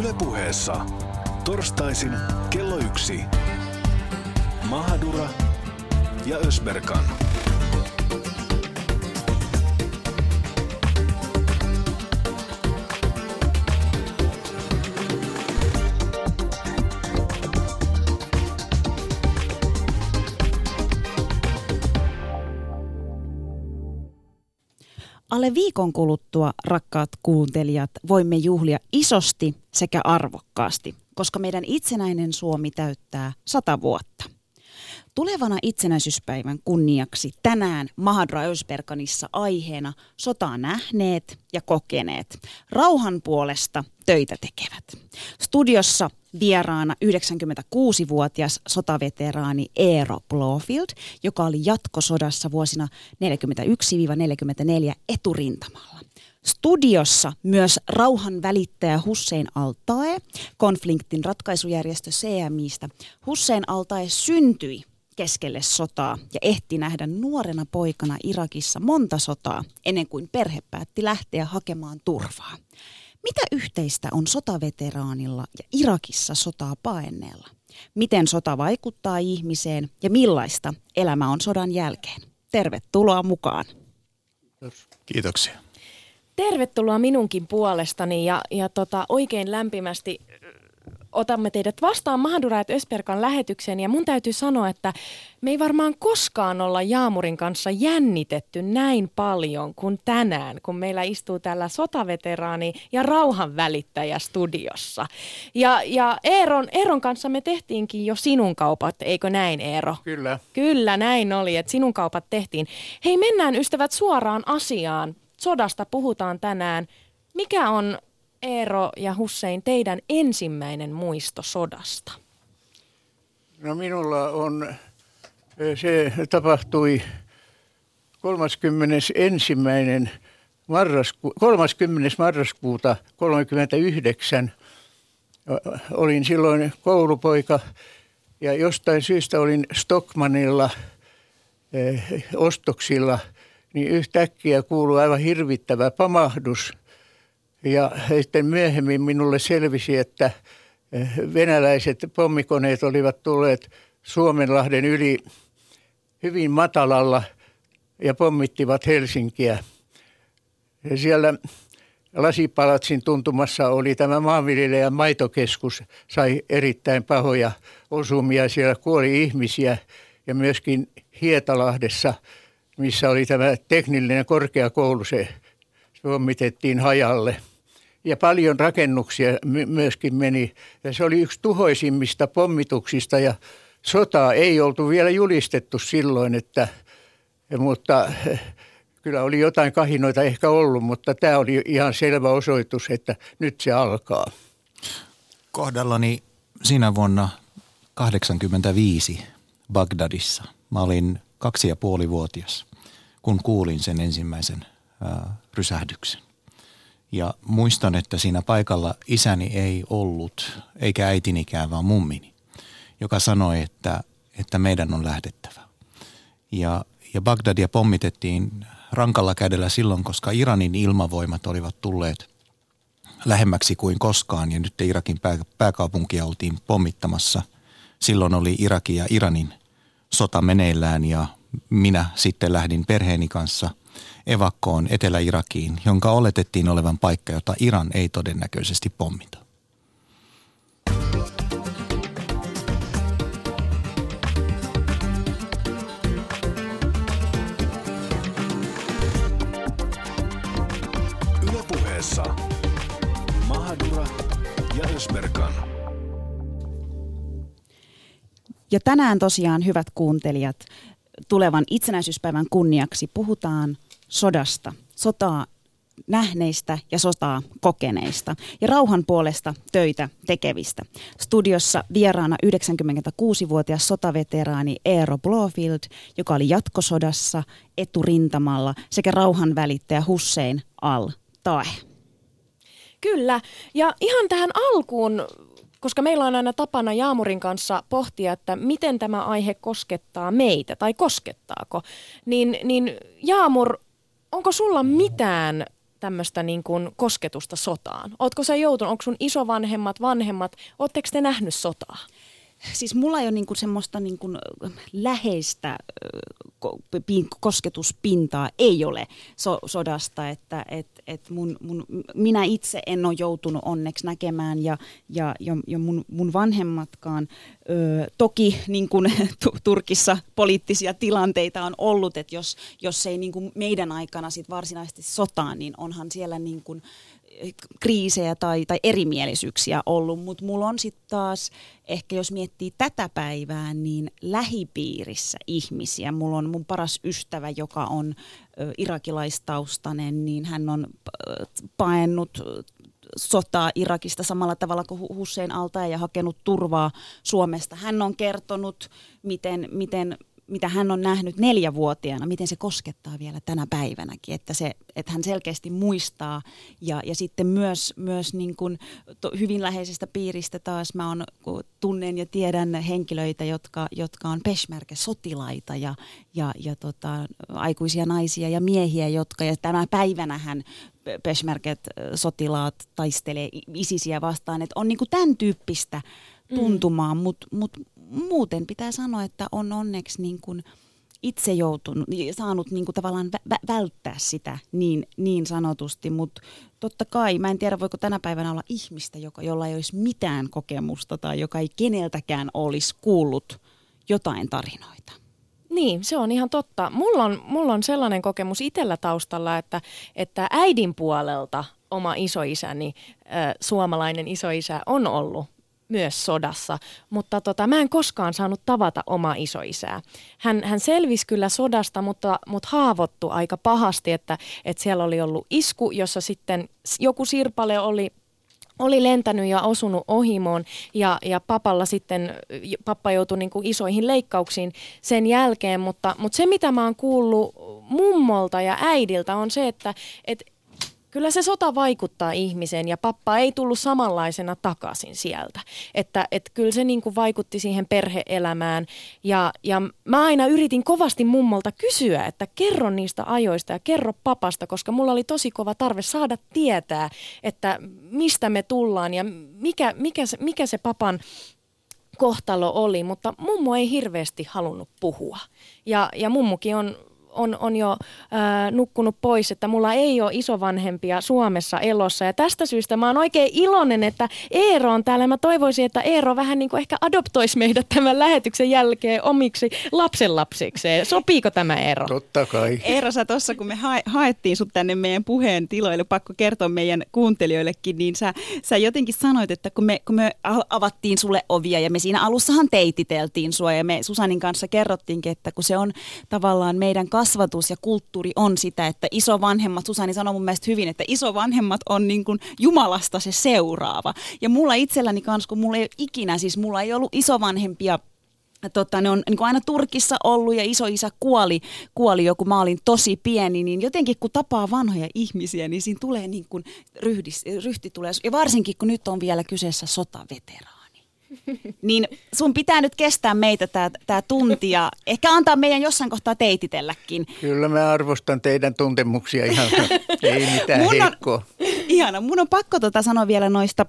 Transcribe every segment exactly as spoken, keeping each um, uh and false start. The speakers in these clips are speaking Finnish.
Yle Puheessa. Torstaisin kello yksi. Mahadura ja Ösberkan. Alle viikon kuluttua, rakkaat kuuntelijat, voimme juhlia isosti sekä arvokkaasti, koska meidän itsenäinen Suomi täyttää sata vuotta. Tulevana itsenäisyyspäivän kunniaksi tänään Mahadura Ösberkanissa aiheena sotaa nähneet ja kokeneet, rauhan puolesta töitä tekevät. Studiossa vieraana yhdeksänkymmentäkuusivuotias sotaveteraani Eero Blåfield, joka oli jatkosodassa vuosina neljäkymmentäyksi neljäkymmentäneljä eturintamalla. Studiossa myös rauhan välittäjä Hussein al-Taee, konfliktin ratkaisujärjestö C M I:stä. Hussein al-Taee syntyi keskelle sotaa ja ehti nähdä nuorena poikana Irakissa monta sotaa ennen kuin perhe päätti lähteä hakemaan turvaa. Mitä yhteistä on sotaveteraanilla ja Irakissa sotaa paenneella? Miten sota vaikuttaa ihmiseen ja millaista elämä on sodan jälkeen? Tervetuloa mukaan. Kiitoksia. Tervetuloa minunkin puolestani ja, ja tota, oikein lämpimästi otamme teidät vastaan Mahadura Ösberkan lähetykseen ja mun täytyy sanoa, että me ei varmaan koskaan olla Jaamurin kanssa jännitetty näin paljon kuin tänään, kun meillä istuu täällä sotaveteraani ja rauhanvälittäjä studiossa. Ja, ja Eeron, Eeron kanssa me tehtiinkin jo sinun kaupat, eikö näin Eero? Kyllä. Kyllä näin oli, että sinun kaupat tehtiin. Hei, mennään ystävät suoraan asiaan. Sodasta puhutaan tänään. Mikä on, Eero ja Hussein, teidän ensimmäinen muisto sodasta? No minulla on, se tapahtui kolmaskymmenesensimmäinen marrasku, kolmaskymmenes marraskuuta kolmekymmentäyhdeksän. Olin silloin koulupoika ja jostain syystä olin Stockmannilla eh, ostoksilla, niin yhtäkkiä kuului aivan hirvittävä pamahdus. Ja sitten myöhemmin minulle selvisi, että venäläiset pommikoneet olivat tulleet Suomenlahden yli hyvin matalalla ja pommittivat Helsinkiä. Ja siellä Lasipalatsin tuntumassa oli tämä maanviljelijän maitokeskus, sai erittäin pahoja osumia. Siellä kuoli ihmisiä ja myöskin Hietalahdessa, missä oli tämä teknillinen korkeakoulu, se pommitettiin hajalle. Ja paljon rakennuksia my- myöskin meni. Ja se oli yksi tuhoisimmista pommituksista ja sotaa ei oltu vielä julistettu silloin, että, mutta kyllä oli jotain kahinoita ehkä ollut, mutta tämä oli ihan selvä osoitus, että nyt se alkaa. Kohdallani siinä vuonna kahdeksankymmentäviisi Bagdadissa. Mä olin kaksi ja puoli vuotias, kun kuulin sen ensimmäisen ää, rysähdyksen. Ja muistan, että siinä paikalla isäni ei ollut, eikä äitinikään, vaan mummini, joka sanoi, että, että meidän on lähdettävä. Ja, ja Bagdadia pommitettiin rankalla kädellä silloin, koska Iranin ilmavoimat olivat tulleet lähemmäksi kuin koskaan. Ja nyt Irakin pää, pääkaupunkia oltiin pommittamassa. Silloin oli Irakin ja Iranin sota meneillään ja minä sitten lähdin perheeni kanssa evakkoon Etelä-Irakiin, jonka oletettiin olevan paikka, jota Iran ei todennäköisesti pommita. Yle Puheessa Mahadura ja Ösberkan. Ja tänään tosiaan, hyvät kuuntelijat, tulevan itsenäisyyspäivän kunniaksi puhutaan sodasta, sotaa nähneistä ja sotaa kokeneista ja rauhan puolesta töitä tekevistä. Studiossa vieraana yhdeksänkymmentäkuusivuotias sotaveteraani Eero Blåfield, joka oli jatkosodassa eturintamalla, sekä rauhan välittäjä Hussein al-Taee. Kyllä, ja ihan tähän alkuun, koska meillä on aina tapana Jaamurin kanssa pohtia, että miten tämä aihe koskettaa meitä tai koskettaako, niin, niin Jaamur, onko sulla mitään tämmöistä niin kuin kosketusta sotaan? Ootko sä joutunut, onko sun isovanhemmat, vanhemmat, ootteko te nähnyt sotaa? Siis mulla ei ole niinku semmoista niinku läheistä kosketuspintaa, ei ole so, sodasta, että et, et mun, mun, minä itse en ole joutunut onneksi näkemään ja, ja, ja mun, mun vanhemmatkaan. Ö, toki niin kuin Turkissa poliittisia tilanteita on ollut, että jos, jos ei niin kuin meidän aikana sit varsinaisesti sotaan, niin onhan siellä niin kuin kriisejä tai, tai erimielisyyksiä ollut, mutta mulla on sitten taas, ehkä jos miettii tätä päivää, niin lähipiirissä ihmisiä. Mulla on mun paras ystävä, joka on ö, irakilaistaustainen, niin hän on ö, paennut sotaa Irakista samalla tavalla kuin Hussein al-Taee ja hakenut turvaa Suomesta. Hän on kertonut, miten... miten mitä hän on nähnyt neljävuotiaana, miten se koskettaa vielä tänä päivänäkin, että, se, että hän selkeästi muistaa. Ja, ja sitten myös, myös niin kuin to, hyvin läheisestä piiristä taas mä on, tunnen ja tiedän henkilöitä, jotka, jotka on peshmerga-sotilaita ja, ja, ja tota, aikuisia naisia ja miehiä, jotka ja tänä päivänähän peshmerga-sotilaat taistelee ISISiä vastaan. Että on niin kuin tämän tyyppistä tuntumaan, mm. mutta mut, muuten pitää sanoa, että on onneksi niin kuin itse joutunut, saanut niin kuin tavallaan vä- välttää sitä niin, niin sanotusti, mutta totta kai, mä en tiedä voiko tänä päivänä olla ihmistä, joka, jolla ei olisi mitään kokemusta tai joka ei keneltäkään olisi kuullut jotain tarinoita. Niin, se on ihan totta. Mulla on, mulla on sellainen kokemus itsellä taustalla, että, että äidin puolelta oma isoisäni, äh, suomalainen isoisä, on ollut myös sodassa, mutta tota, mä en koskaan saanut tavata omaa isoisää. Hän, hän selvisi kyllä sodasta, mutta, mutta haavoittui aika pahasti, että, että siellä oli ollut isku, jossa sitten joku sirpale oli oli lentänyt ja osunut ohimoon ja, ja papalla sitten, pappa joutui niin kuin isoihin leikkauksiin sen jälkeen, mutta, mutta se mitä mä oon kuullut mummolta ja äidiltä on se, että et, kyllä se sota vaikuttaa ihmiseen ja pappa ei tullut samanlaisena takaisin sieltä. Että et kyllä se niinku vaikutti siihen perhe-elämään ja, ja mä aina yritin kovasti mummolta kysyä, että kerro niistä ajoista ja kerro papasta, koska mulla oli tosi kova tarve saada tietää, että mistä me tullaan ja mikä, mikä, se, mikä se papan kohtalo oli, mutta mummo ei hirveästi halunnut puhua ja, ja mummukin on... On, on jo äh, nukkunut pois, että mulla ei ole isovanhempia Suomessa elossa. Ja tästä syystä mä oon oikein iloinen, että Eero on täällä. Mä toivoisin, että Eero vähän niin kuin ehkä adoptoisi meidät tämän lähetyksen jälkeen omiksi lapsenlapsikseen. Sopiiko tämä, Eero? Totta kai. Eero, sä tuossa kun me hae, haettiin sut tänne meidän puheen tiloille, pakko kertoa meidän kuuntelijoillekin, niin sä, sä jotenkin sanoit, että kun me, kun me avattiin sulle ovia ja me siinä alussahan teititeltiin sua ja me Susanin kanssa kerrottiinkin, että kun se on tavallaan meidän kasvatus ja kulttuuri on sitä, että isovanhemmat, Susani sanoi mun mielestä hyvin, että isovanhemmat on niin kuin Jumalasta se seuraava. Ja mulla itselläni kanssa, kun mulla ei ole ikinä, siis mulla ei ollut isovanhempia, Totta, ne on niin kuin aina Turkissa ollut ja isoisä kuoli, kuoli jo, kun mä olin tosi pieni, niin jotenkin kun tapaa vanhoja ihmisiä, niin siinä tulee niin kuin ryhdis, ryhti tulee, ja varsinkin kun nyt on vielä kyseessä sotaveteraani. Niin sun pitää nyt kestää meitä tää, tää tunti ja ehkä antaa meidän jossain kohtaa teititelläkin. Kyllä mä arvostan teidän tuntemuksia ihan, ei mitään mun heikkoa. On, ihana, mun on pakko tota sanoa vielä noista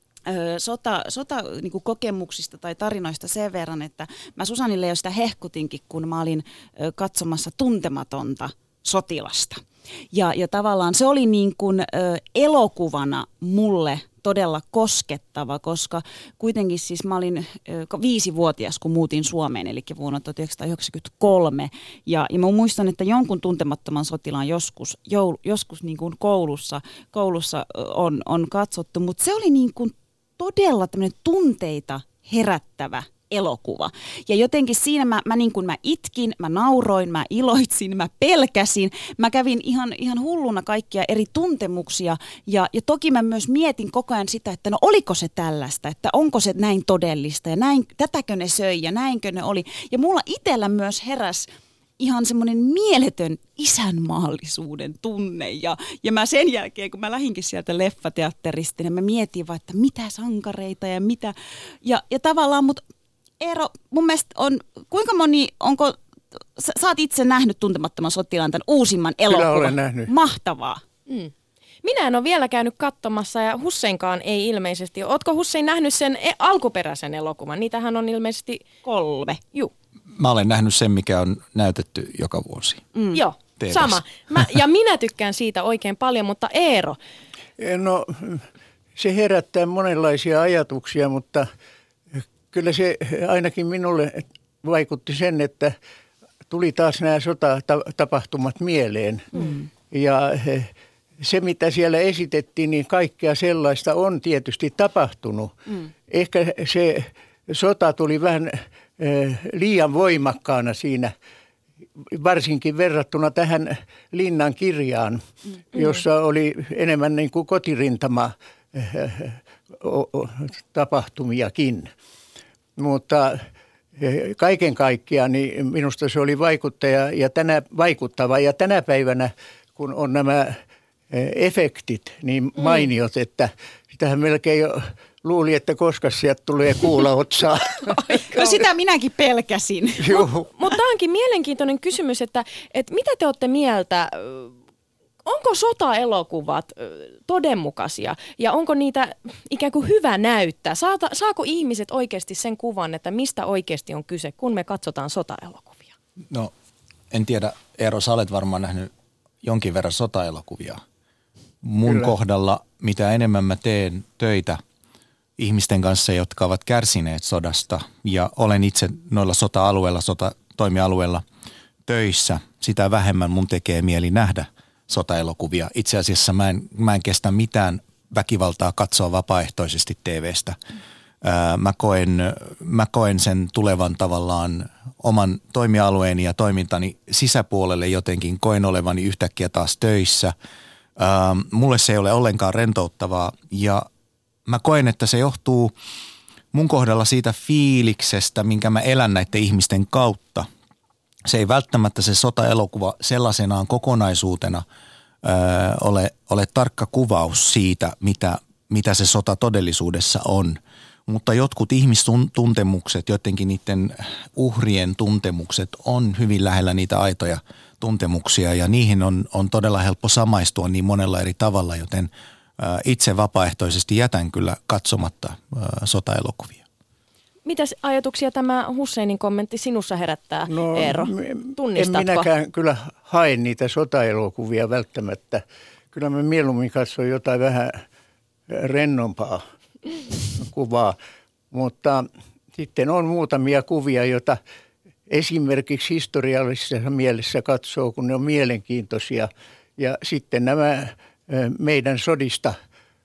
ö, sota, sota niinku kokemuksista tai tarinoista sen verran, että mä Susanille jo sitä hehkutinkin, kun mä olin ö, katsomassa Tuntematonta sotilasta. Ja, ja tavallaan se oli niin kuin ö, elokuvana mulle todella koskettava, koska kuitenkin siis mä olin ö, viisivuotias, kun muutin Suomeen, eli vuonna tuhatyhdeksänsataayhdeksänkymmentäkolme. Ja, ja mä muistan, että jonkun tuntemattoman sotilaan joskus, joul, joskus niin kuin koulussa, koulussa on, on katsottu, mutta se oli niin kuin todella tämmöinen tunteita herättävä elokuva. Ja jotenkin siinä mä, mä, niin kuin mä itkin, mä nauroin, mä iloitsin, mä pelkäsin. Mä kävin ihan, ihan hulluna kaikkia eri tuntemuksia ja, ja toki mä myös mietin koko ajan sitä, että no oliko se tällaista, että onko se näin todellista ja näin, tätäkö ne söi ja näinkö ne oli. Ja mulla itsellä myös heräsi ihan semmoinen mieletön isänmaallisuuden tunne. Ja, ja mä sen jälkeen, kun mä lähdinkin sieltä leffateatterista, niin mä mietin vaan, että mitä sankareita ja mitä. Ja, ja tavallaan, mutta Eero, mun mielestä on, kuinka moni, onko, sä, sä oot itse nähnyt Tuntemattoman sotilaan tämän uusimman elokuvan. Kyllä olen nähnyt. Mahtavaa. Mm. Minä en ole vielä käynyt katsomassa ja Husseinkaan ei ilmeisesti. Ootko Hussein nähnyt sen e- alkuperäisen elokuvan? Niitähän on ilmeisesti kolme. Juu. Mä olen nähnyt sen, mikä on näytetty joka vuosi. Mm. Joo, T V:ssä. sama. Mä, ja minä tykkään siitä oikein paljon, mutta Eero. No se herättää monenlaisia ajatuksia, mutta kyllä se ainakin minulle vaikutti sen, että tuli taas nämä sotatapahtumat mieleen. Mm. Ja se, mitä siellä esitettiin, niin kaikkea sellaista on tietysti tapahtunut. Mm. Ehkä se sota tuli vähän liian voimakkaana siinä, varsinkin verrattuna tähän Linnan kirjaan, mm. jossa oli enemmän niin kuin kotirintama tapahtumiakin. Mutta kaiken kaikkiaan niin minusta se oli vaikuttaja ja tänä, vaikuttava. Ja tänä päivänä, kun on nämä efektit niin mainiot, mm. että sitähän melkein jo luuli, että koska sieltä tulee kuulla otsaa. No sitä minäkin pelkäsin. Mutta mut tämä onkin mielenkiintoinen kysymys, että, että mitä te olette mieltä? Onko sotaelokuvat todenmukaisia ja onko niitä ikään kuin hyvä näyttää? Saata, saako ihmiset oikeasti sen kuvan, että mistä oikeasti on kyse, kun me katsotaan sotaelokuvia? No en tiedä, Eero, sä olet varmaan nähnyt jonkin verran sotaelokuvia. Mun Kyllä. kohdalla, mitä enemmän mä teen töitä ihmisten kanssa, jotka ovat kärsineet sodasta ja olen itse noilla sota-alueilla, sotatoimialueilla töissä, sitä vähemmän mun tekee mieli nähdä sotaelokuvia. Itse asiassa mä en, mä en kestä mitään väkivaltaa katsoa vapaaehtoisesti T V:stä. Ää, mä, koen, mä koen sen tulevan tavallaan oman toimialueeni ja toimintani sisäpuolelle jotenkin. Koen olevani yhtäkkiä taas töissä. Ää, mulle se ei ole ollenkaan rentouttavaa ja mä koen, että se johtuu mun kohdalla siitä fiiliksestä, minkä mä elän näiden ihmisten kautta. Se ei välttämättä se sotaelokuva sellaisenaan kokonaisuutena ö, ole, ole tarkka kuvaus siitä, mitä, mitä se sota todellisuudessa on. Mutta jotkut ihmistuntemukset, jotenkin niiden uhrien tuntemukset on hyvin lähellä niitä aitoja tuntemuksia ja niihin on, on todella helppo samaistua niin monella eri tavalla, joten ö, itse vapaaehtoisesti jätän kyllä katsomatta ö, sotaelokuvia. Mitäs ajatuksia tämä Husseinin kommentti sinussa herättää, no, Eero? Tunnistatko? En minäkään kyllä hae niitä sotaelokuvia välttämättä. Kyllä mä mieluummin katson jotain vähän rennompaa kuvaa. Mutta sitten on muutamia kuvia, joita esimerkiksi historiallisessa mielessä katsoo, kun ne on mielenkiintoisia. Ja sitten nämä meidän sodista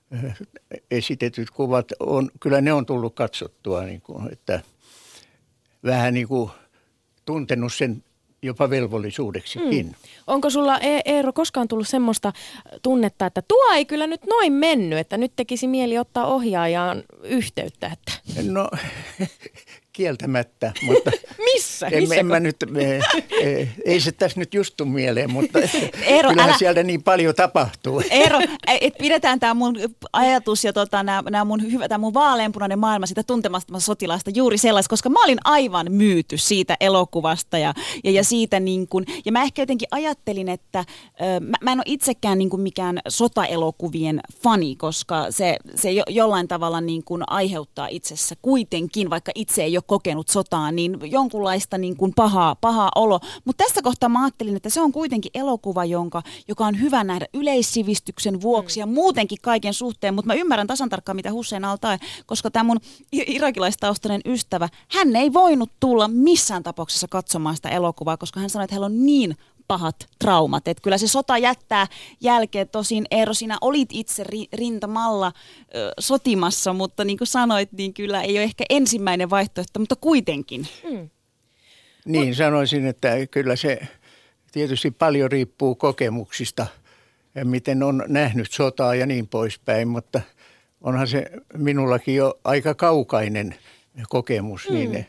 esitetyt kuvat, on, kyllä ne on tullut katsottua, niin kuin, että vähän niin kuin tuntenut sen jopa velvollisuudeksikin. Mm. Onko sulla, Eero, koskaan tullut semmoista tunnetta, että tuo ei kyllä nyt noin mennyt, että nyt tekisi mieli ottaa ohjaajaan yhteyttä? Että... No kieltämättä, mutta Missä? En, Missä en mä nyt, e, e, ei se tässä nyt just tule mieleen, mutta Eero, kyllähän älä... sieltä niin paljon tapahtuu. Eero, et pidetään tämä mun ajatus ja tota, nämä mun, hyvä, tää mun vaaleanpunainen maailma sitä tuntemasta sotilaasta juuri sellaista, koska mä olin aivan myyty siitä elokuvasta ja, ja, ja siitä niin kuin, ja mä ehkä jotenkin ajattelin, että ö, mä, mä en ole itsekään niin kuin mikään sotaelokuvien fani, koska se, se jo, jollain tavalla niin kuin aiheuttaa itsessä kuitenkin, vaikka itse ei ole kokenut sotaa, niin jonkunlaista niin kuin pahaa, pahaa olo. Mutta tässä kohtaa mä ajattelin, että se on kuitenkin elokuva, jonka, joka on hyvä nähdä yleissivistyksen vuoksi mm. ja muutenkin kaiken suhteen. Mutta mä ymmärrän tasan tarkkaan, mitä Hussein Al-Taee, koska tämä mun irakilaistaustainen ystävä, hän ei voinut tulla missään tapauksessa katsomaan sitä elokuvaa, koska hän sanoi, että hänellä on niin pahat traumat. Että kyllä se sota jättää jälkeen. Tosin Eero, sinä olit itse ri- rintamalla ö, sotimassa, mutta niin kuin sanoit, niin kyllä ei ole ehkä ensimmäinen vaihtoehto, mutta kuitenkin. Mm. Niin, sanoisin, että kyllä se tietysti paljon riippuu kokemuksista, ja miten on nähnyt sotaa ja niin poispäin, mutta onhan se minullakin jo aika kaukainen kokemus, mm. niin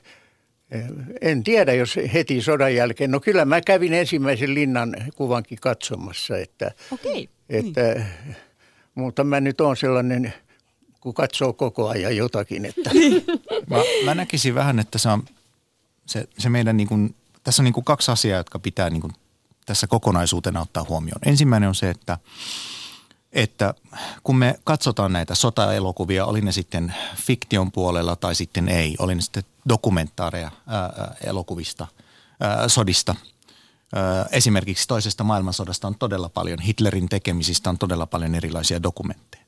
en tiedä, jos heti sodan jälkeen. No kyllä mä kävin ensimmäisen Linnan kuvankin katsomassa, että, okay. että niin. Mutta mä nyt on sellainen, kun katsoo koko ajan jotakin. Että. mä, mä näkisin vähän, että se on se, se meidän niin kuin, tässä on niin kuin kaksi asiaa, jotka pitää niin kuin tässä kokonaisuutena ottaa huomioon. Ensimmäinen on se, että että kun me katsotaan näitä sotaelokuvia, oli ne sitten fiktion puolella tai sitten ei, oli ne sitten dokumentaareja ää, elokuvista, ää, sodista. Ää, esimerkiksi toisesta maailmansodasta on todella paljon, Hitlerin tekemisistä on todella paljon erilaisia dokumentteja.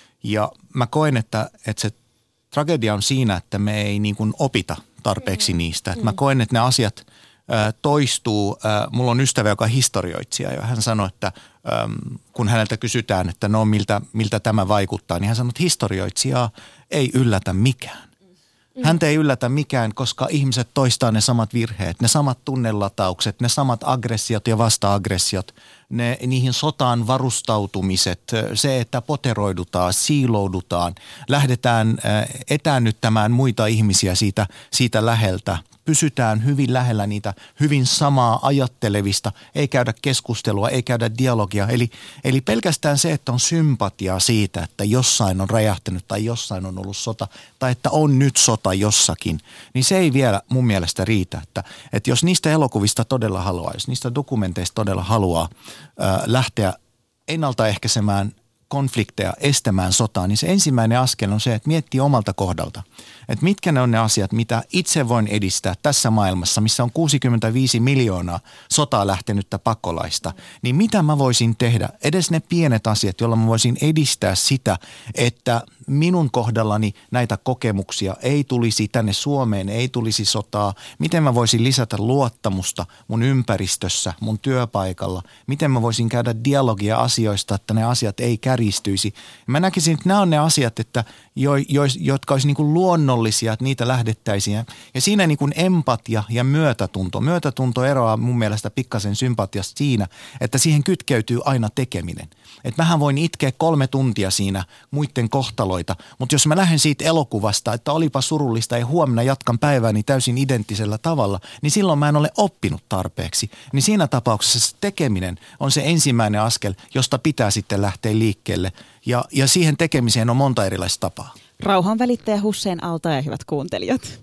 Ja mä koen, että, että se tragedia on siinä, että me ei niin kuin opita tarpeeksi niistä. Että mä koen, että ne asiat ää, toistuu. Ää, mulla on ystävä, joka on historioitsija, ja hän sanoi, että äm, kun häneltä kysytään, että no miltä, miltä tämä vaikuttaa, niin hän sanoi, että historioitsijaa ei yllätä mikään. Häntä ei yllätä mikään, koska ihmiset toistaa ne samat virheet, ne samat tunnelataukset, ne samat aggressiot ja vasta-aggressiot, ne, niihin sotaan varustautumiset, se, että poteroidutaan, siiloudutaan, lähdetään etäännyttämään muita ihmisiä siitä, siitä läheltä. Pysytään hyvin lähellä niitä hyvin samaa ajattelevista, ei käydä keskustelua, ei käydä dialogia. Eli, eli pelkästään se, että on sympatia siitä, että jossain on räjähtänyt tai jossain on ollut sota tai että on nyt sota jossakin, niin se ei vielä mun mielestä riitä. Että, että jos niistä elokuvista todella haluaa, jos niistä dokumenteista todella haluaa ää, lähteä ennaltaehkäisemään konflikteja, estämään sotaa, niin se ensimmäinen askel on se, että miettii omalta kohdalta, että mitkä ne on ne asiat, mitä itse voin edistää tässä maailmassa, missä on kuusikymmentäviisi miljoonaa sotaa lähtenyttä pakolaista, niin mitä mä voisin tehdä, edes ne pienet asiat, joilla mä voisin edistää sitä, että minun kohdallani näitä kokemuksia ei tulisi tänne Suomeen, ei tulisi sotaa, miten mä voisin lisätä luottamusta mun ympäristössä, mun työpaikalla, miten mä voisin käydä dialogia asioista, että ne asiat ei kärjistyisi. Mä näkisin, että nämä on ne asiat, että jo, jo, jotka olisi niin kuin luonnollisia, että niitä lähdettäisiin. Ja siinä niin kuin empatia ja myötätunto. Myötätunto eroaa mun mielestä pikkasen sympatiasta siinä, että siihen kytkeytyy aina tekeminen. Että mähän voin itkeä kolme tuntia siinä muiden kohtaloita, mutta jos mä lähden siitä elokuvasta, että olipa surullista ja huomenna jatkan päivääni täysin identtisellä tavalla, niin silloin mä en ole oppinut tarpeeksi. Niin siinä tapauksessa se tekeminen on se ensimmäinen askel, josta pitää sitten lähteä liikkeelle. Ja, ja siihen tekemiseen on monta erilaista tapaa. Rauhan välittäjä Hussein Al-Taee, hyvät kuuntelijat.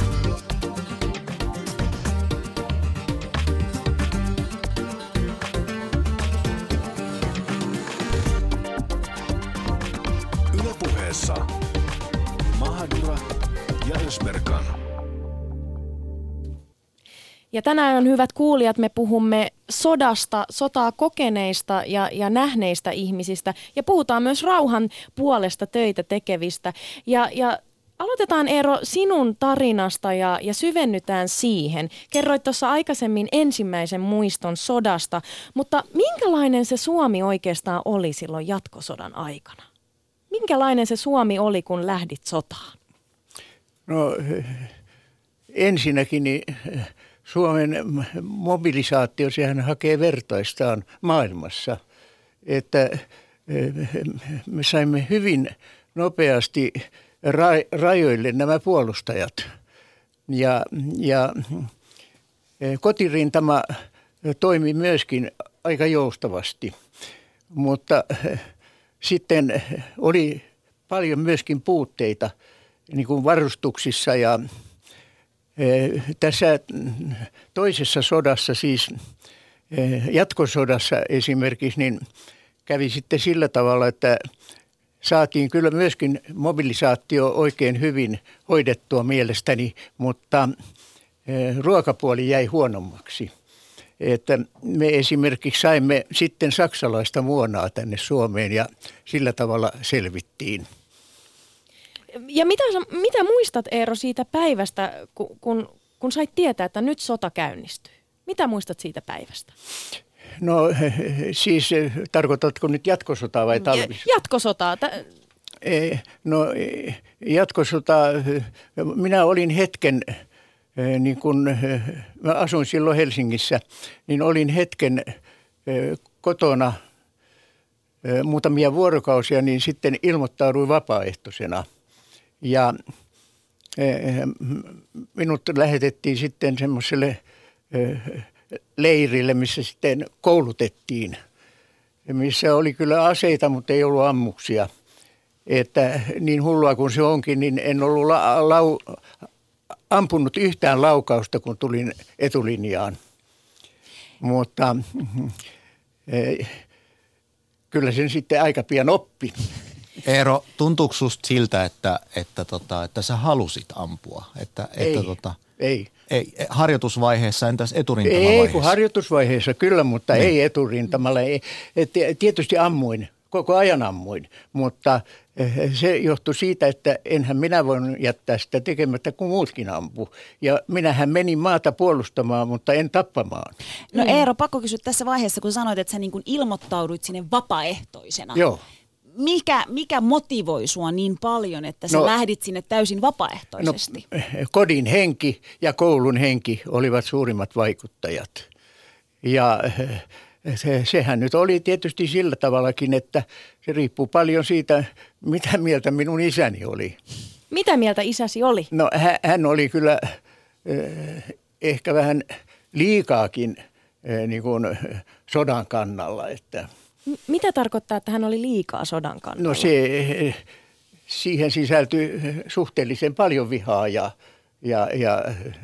Yle Puheessa Mahadura ja Ösberkan. Ja tänään, hyvät kuulijat, me puhumme sodasta, sotaa kokeneista ja, ja nähneistä ihmisistä ja puhutaan myös rauhan puolesta töitä tekevistä. Ja, ja aloitetaan, Eero, sinun tarinasta ja, ja syvennytään siihen. Kerroit tuossa aikaisemmin ensimmäisen muiston sodasta, mutta minkälainen se Suomi oikeastaan oli silloin jatkosodan aikana? Minkälainen se Suomi oli, kun lähdit sotaan? No ensinnäkin niin Suomen mobilisaatio, sehän hakee vertaistaan maailmassa, että me saimme hyvin nopeasti rajoille nämä puolustajat. Ja, ja kotirintama toimi myöskin aika joustavasti, mutta sitten oli paljon myöskin puutteita niin kuin varustuksissa ja tässä toisessa sodassa, siis jatkosodassa esimerkiksi, niin kävi sitten sillä tavalla, että saatiin kyllä myöskin mobilisaatio oikein hyvin hoidettua mielestäni, mutta ruokapuoli jäi huonommaksi. Että me esimerkiksi saimme sitten saksalaista muonaa tänne Suomeen ja sillä tavalla selvittiin. Ja mitä, mitä muistat, Eero, siitä päivästä, kun, kun, kun sait tietää, että nyt sota käynnistyy? Mitä muistat siitä päivästä? No siis tarkoitatko nyt jatkosotaa vai talvisotaa? Jatkosotaa. No jatkosotaa, minä olin hetken, niin kun mä asuin silloin Helsingissä, niin olin hetken kotona muutamia vuorokausia, niin sitten ilmoittauduin vapaaehtoisena. Ja minut lähetettiin sitten semmoiselle leirille, missä sitten koulutettiin, missä oli kyllä aseita, mutta ei ollut ammuksia. Että niin hullua kuin se onkin, niin en ollut la- lau- ampunut yhtään laukausta, kun tulin etulinjaan. Mutta kyllä sen sitten aika pian oppi. Eero, tuntuuko susta siltä, että, että, tota, että sä halusit ampua? Että, ei, että, tota, ei. ei. Harjoitusvaiheessa, entäs eturintamavaiheessa? Ei, kun harjoitusvaiheessa kyllä, mutta niin. ei eturintamalla. Ei. Tietysti ammuin, koko ajan ammuin, mutta se johtui siitä, että enhän minä voinut jättää sitä tekemättä, kun muutkin ampu. Ja minähän menin maata puolustamaan, mutta en tappamaan. No Eero, pakko kysyä tässä vaiheessa, kun sanoit, että sä niin kuin ilmoittauduit sinne vapaaehtoisena. Joo. Mikä, mikä motivoi sua niin paljon, että sä no, lähdit sinne täysin vapaaehtoisesti? No, kodin henki ja koulun henki olivat suurimmat vaikuttajat. Ja se, sehän nyt oli tietysti sillä tavallakin, että se riippuu paljon siitä, mitä mieltä minun isäni oli. Mitä mieltä isäsi oli? No hän, hän oli kyllä eh, ehkä vähän liikaakin eh, niin kuin sodan kannalla, että... Mitä tarkoittaa, että hän oli liikaa sodan kannalla? No se, siihen sisältyi suhteellisen paljon vihaa ja, ja, ja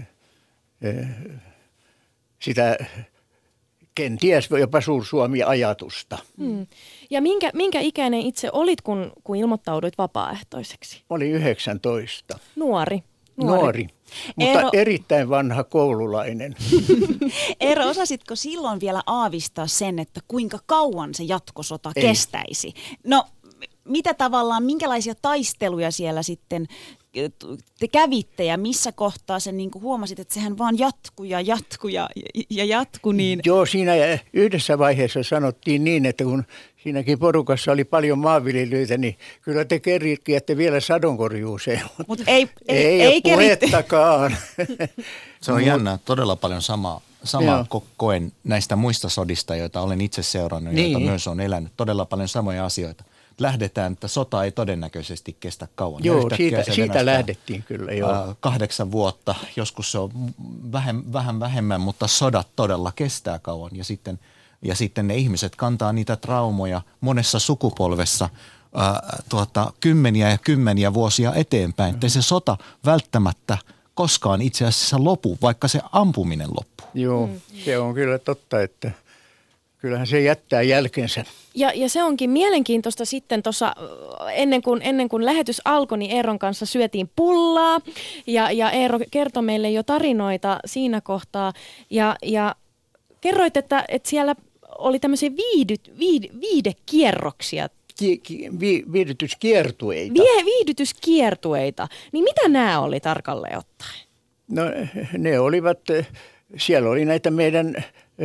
sitä kenties jopa Suursuomi-ajatusta. Hmm. Ja minkä, minkä ikäinen itse olit, kun, kun ilmoittauduit vapaaehtoiseksi? Olin yhdeksäntoista. Nuori. Nuori. Nuori. Mutta Eero... erittäin vanha koululainen. Eero, osasitko silloin vielä aavistaa sen, että kuinka kauan se jatkosota Ei. kestäisi? No, mitä tavallaan, minkälaisia taisteluja siellä sitten te kävitte ja missä kohtaa sen niin kuin huomasit, että sehän vaan jatkuu ja jatkuu ja, ja jatkuu niin? Joo, siinä yhdessä vaiheessa sanottiin niin, että kun siinäkin porukassa oli paljon maanviljelyitä, niin kyllä te kerkiätte vielä sadonkorjuuseen. Mutta ei, ei, ei, ei puhettakaan. Se on jännä, todella paljon samaa, samaa ko- koen näistä muista sodista, joita olen itse seurannut, niin. joita myös on elänyt. Todella paljon samoja asioita. Lähdetään, että sota ei todennäköisesti kestä kauan. Joo, siitä, siitä lähdettiin kyllä. Joo. Äh, kahdeksan vuotta, joskus se on vähän, vähän vähemmän, mutta sodat todella kestää kauan. Ja sitten, ja sitten ne ihmiset kantaa niitä traumoja monessa sukupolvessa äh, tuota, kymmeniä ja kymmeniä vuosia eteenpäin. Että se sota välttämättä koskaan itse asiassa lopu, vaikka se ampuminen loppuu. Joo, mm. se on kyllä totta, että kyllähän se jättää jälkensä. Ja, ja se onkin mielenkiintoista sitten tuossa, ennen kuin, ennen kuin lähetys alkoi, niin Eeron kanssa syötiin pullaa ja, ja Eero kertoi meille jo tarinoita siinä kohtaa ja, ja kerroit, että, että siellä oli tämmöisiä viihdyt, viihdy, viihdekierroksia. Ki, ki, vi, viihdytyskiertueita. Vie, viihdytyskiertueita. Niin mitä nämä oli tarkalleen ottaen? No ne olivat, siellä oli näitä meidän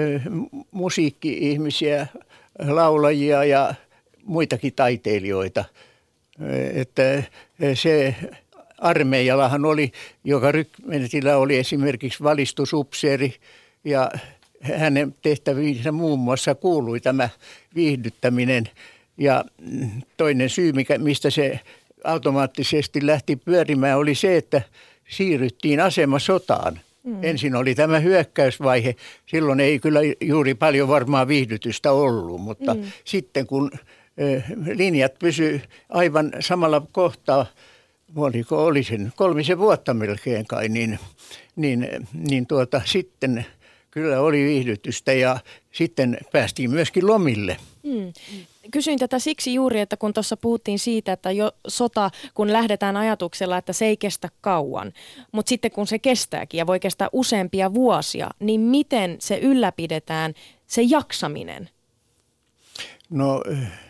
musiikki-ihmisiä, laulajia ja muitakin taiteilijoita. Että se armeijallahan oli, joka rykmentillä oli esimerkiksi valistusupseeri ja hänen tehtäviinsä muun muassa kuului tämä viihdyttäminen. Ja toinen syy, mikä, mistä se automaattisesti lähti pyörimään, oli se, että siirryttiin asemasotaan. Mm. Ensin oli tämä hyökkäysvaihe. Silloin ei kyllä juuri paljon varmaan viihdytystä ollut, mutta mm. sitten kun ö, linjat pysy aivan samalla kohtaa, oliko oli sen kolmisen vuotta melkein kai, niin, niin, niin tuota, sitten kyllä oli viihdytystä ja sitten päästiin myöskin lomille. Mm. Kysyin tätä siksi juuri, että kun tuossa puhuttiin siitä, että jo sota, kun lähdetään ajatuksella, että se ei kestä kauan, mutta sitten kun se kestääkin ja voi kestää useampia vuosia, niin miten se ylläpidetään, se jaksaminen? No,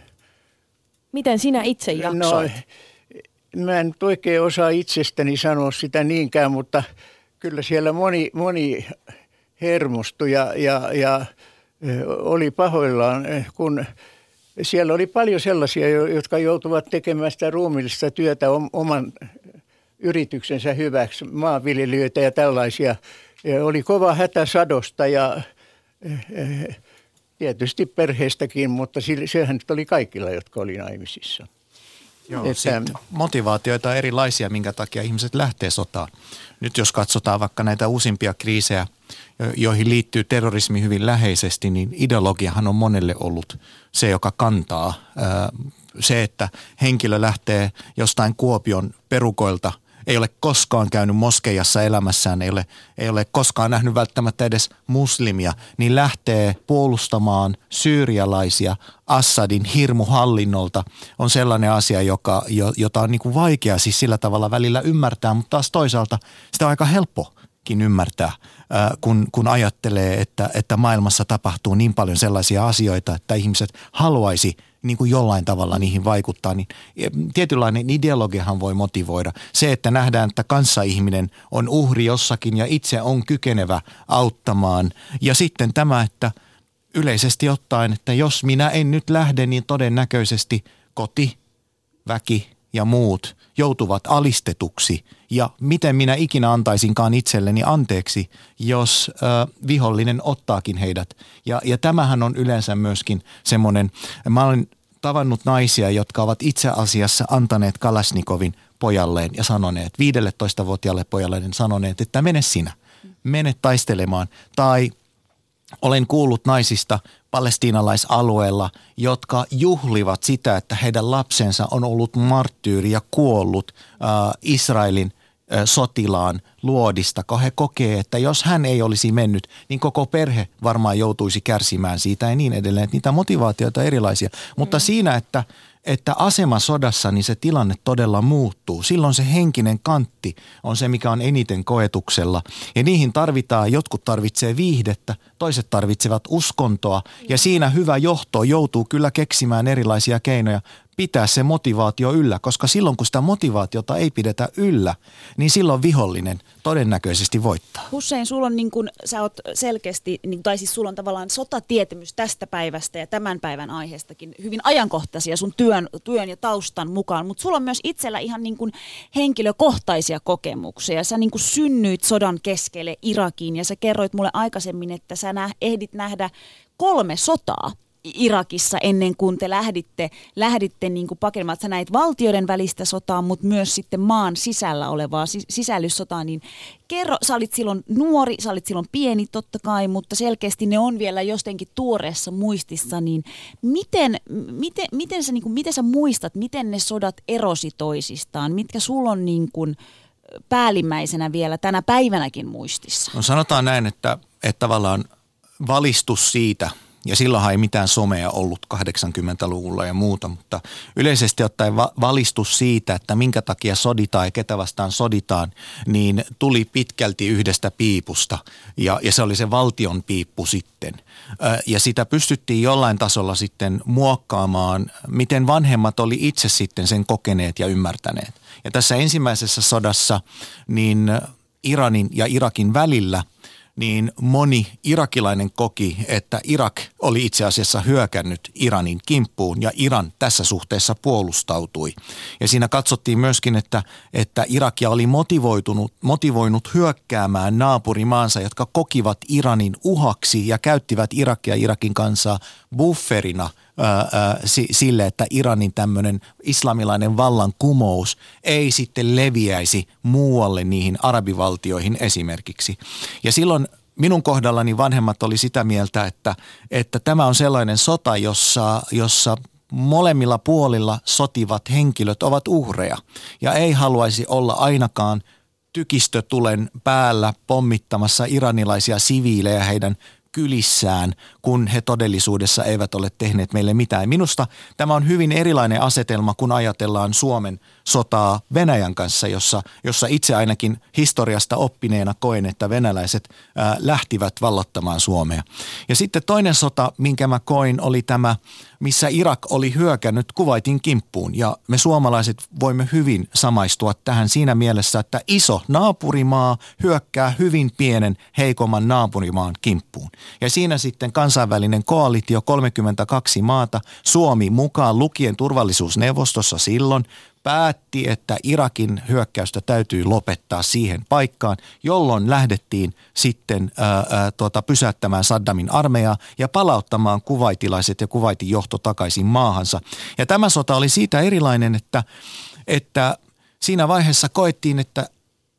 miten sinä itse jaksoit? No, mä en oikein osaa itsestäni sanoa sitä niinkään, mutta kyllä siellä moni, moni hermostui ja, ja, ja oli pahoillaan, kun siellä oli paljon sellaisia, jotka joutuvat tekemään sitä ruumiillista työtä oman yrityksensä hyväksi, maanviljelijöitä ja tällaisia. Ja oli kova hätä sadosta ja tietysti perheestäkin, mutta sehän nyt oli kaikilla, jotka oli naimisissa. Joo, että motivaatioita on erilaisia, minkä takia ihmiset lähtee sotaan. Nyt jos katsotaan vaikka näitä uusimpia kriisejä, joihin liittyy terrorismi hyvin läheisesti, niin ideologiahan on monelle ollut se, joka kantaa. Se, että henkilö lähtee jostain Kuopion perukoilta ei ole koskaan käynyt moskeijassa elämässään, ei ole, ei ole koskaan nähnyt välttämättä edes muslimia, niin lähtee puolustamaan syyrialaisia Assadin hirmuhallinnolta on sellainen asia, joka, jota on niin kuin vaikea siis sillä tavalla välillä ymmärtää, mutta taas toisaalta sitä on aika helppokin ymmärtää, kun, kun ajattelee, että, että maailmassa tapahtuu niin paljon sellaisia asioita, että ihmiset haluaisi niin kuin jollain tavalla niihin vaikuttaa, niin tietynlainen ideologiahan voi motivoida. Se, että nähdään, että kanssaihminen on uhri jossakin ja itse on kykenevä auttamaan. Ja sitten tämä, että yleisesti ottaen, että jos minä en nyt lähde, niin todennäköisesti koti, väki ja muut joutuvat alistetuksi. Ja miten minä ikinä antaisinkaan itselleni anteeksi, jos äh, vihollinen ottaakin heidät. Ja, ja tämähän on yleensä myöskin semmoinen, mä olen tavannut naisia, jotka ovat itse asiassa antaneet Kalashnikovin pojalleen ja sanoneet, viisitoistavuotiaalle pojalleen sanoneet, että mene sinä, mene taistelemaan. Tai olen kuullut naisista palestiinalaisalueella, jotka juhlivat sitä, että heidän lapsensa on ollut marttyyri ja kuollut äh, Israelin äh, sotilaan luodista, kun he kokee, että jos hän ei olisi mennyt, niin koko perhe varmaan joutuisi kärsimään siitä ja niin edelleen. Että niitä motivaatioita on erilaisia, mutta mm. siinä, että että asemasodassa niin se tilanne todella muuttuu. Silloin se henkinen kantti on se, mikä on eniten koetuksella. Ja niihin tarvitaan, jotkut tarvitsee viihdettä, toiset tarvitsevat uskontoa. Ja siinä hyvä johto joutuu kyllä keksimään erilaisia keinoja pitää se motivaatio yllä, koska silloin kun sitä motivaatiota ei pidetä yllä, niin silloin vihollinen todennäköisesti voittaa. Hussein, sulla on niin kuin, sä oot selkeästi, niin, tai siis sulla on tavallaan sotatietämys tästä päivästä ja tämän päivän aiheestakin hyvin ajankohtaisia sun työn, työn ja taustan mukaan, mutta sulla on myös itsellä ihan niin kuin henkilökohtaisia kokemuksia. Sä niin kuin synnyit sodan keskelle Irakiin ja sä kerroit mulle aikaisemmin, että sä nä, ehdit nähdä kolme sotaa Irakissa ennen kuin te lähditte, lähditte niin kuin pakenemaan, että sä näit valtioiden välistä sotaa, mutta myös sitten maan sisällä olevaa sisällyssotaa, niin kerro, sä olit silloin nuori, sä olit silloin pieni totta kai, mutta selkeästi ne on vielä jotenkin tuoreessa muistissa, niin miten, miten, miten, sä, niin kuin, miten sä muistat, miten ne sodat erosi toisistaan, mitkä sulla on niin kuin päällimmäisenä vielä tänä päivänäkin muistissa? No sanotaan näin, että, että tavallaan valistus siitä, ja silloinhan ei mitään somea ollut kahdeksankymmentäluvulla ja muuta, mutta yleisesti ottaen va- valistus siitä, että minkä takia soditaan ja ketä vastaan soditaan, niin tuli pitkälti yhdestä piipusta ja, ja se oli se valtion piippu sitten. Ö, ja sitä pystyttiin jollain tasolla sitten muokkaamaan, miten vanhemmat oli itse sitten sen kokeneet ja ymmärtäneet. Ja tässä ensimmäisessä sodassa niin Iranin ja Irakin välillä niin moni irakilainen koki, että Irak oli itse asiassa hyökännyt Iranin kimppuun ja Iran tässä suhteessa puolustautui. Ja siinä katsottiin myöskin, että, että Irakia oli motivoitunut, motivoinut hyökkäämään naapurimaansa, jotka kokivat Iranin uhaksi ja käyttivät Irakia ja Irakin kansaa bufferina Ää, ää, sille, että Iranin tämmöinen islamilainen vallankumous ei sitten leviäisi muualle niihin arabivaltioihin esimerkiksi. Ja silloin minun kohdallani vanhemmat oli sitä mieltä, että, että tämä on sellainen sota, jossa, jossa molemmilla puolilla sotivat henkilöt ovat uhreja ja ei haluaisi olla ainakaan tykistötulen päällä pommittamassa iranilaisia siviilejä heidän kylissään, kun he todellisuudessa eivät ole tehneet meille mitään. Minusta tämä on hyvin erilainen asetelma, kun ajatellaan Suomen sotaa Venäjän kanssa, jossa, jossa itse ainakin historiasta oppineena koen, että venäläiset ää, lähtivät vallottamaan Suomea. Ja sitten toinen sota, minkä mä koin, oli tämä, missä Irak oli hyökännyt Kuwaitin kimppuun. Ja me suomalaiset voimme hyvin samaistua tähän siinä mielessä, että iso naapurimaa hyökkää hyvin pienen, heikomman naapurimaan kimppuun. Ja siinä sitten kansainvälinen koalitio, kolmekymmentäkaksi maata, Suomi mukaan lukien turvallisuusneuvostossa silloin, päätti, että Irakin hyökkäystä täytyy lopettaa siihen paikkaan, jolloin lähdettiin sitten ää, ää, tuota, pysäyttämään Saddamin armeijaa ja palauttamaan kuvaitilaiset ja Kuwaitin johto takaisin maahansa. Ja tämä sota oli siitä erilainen, että, että siinä vaiheessa koettiin, että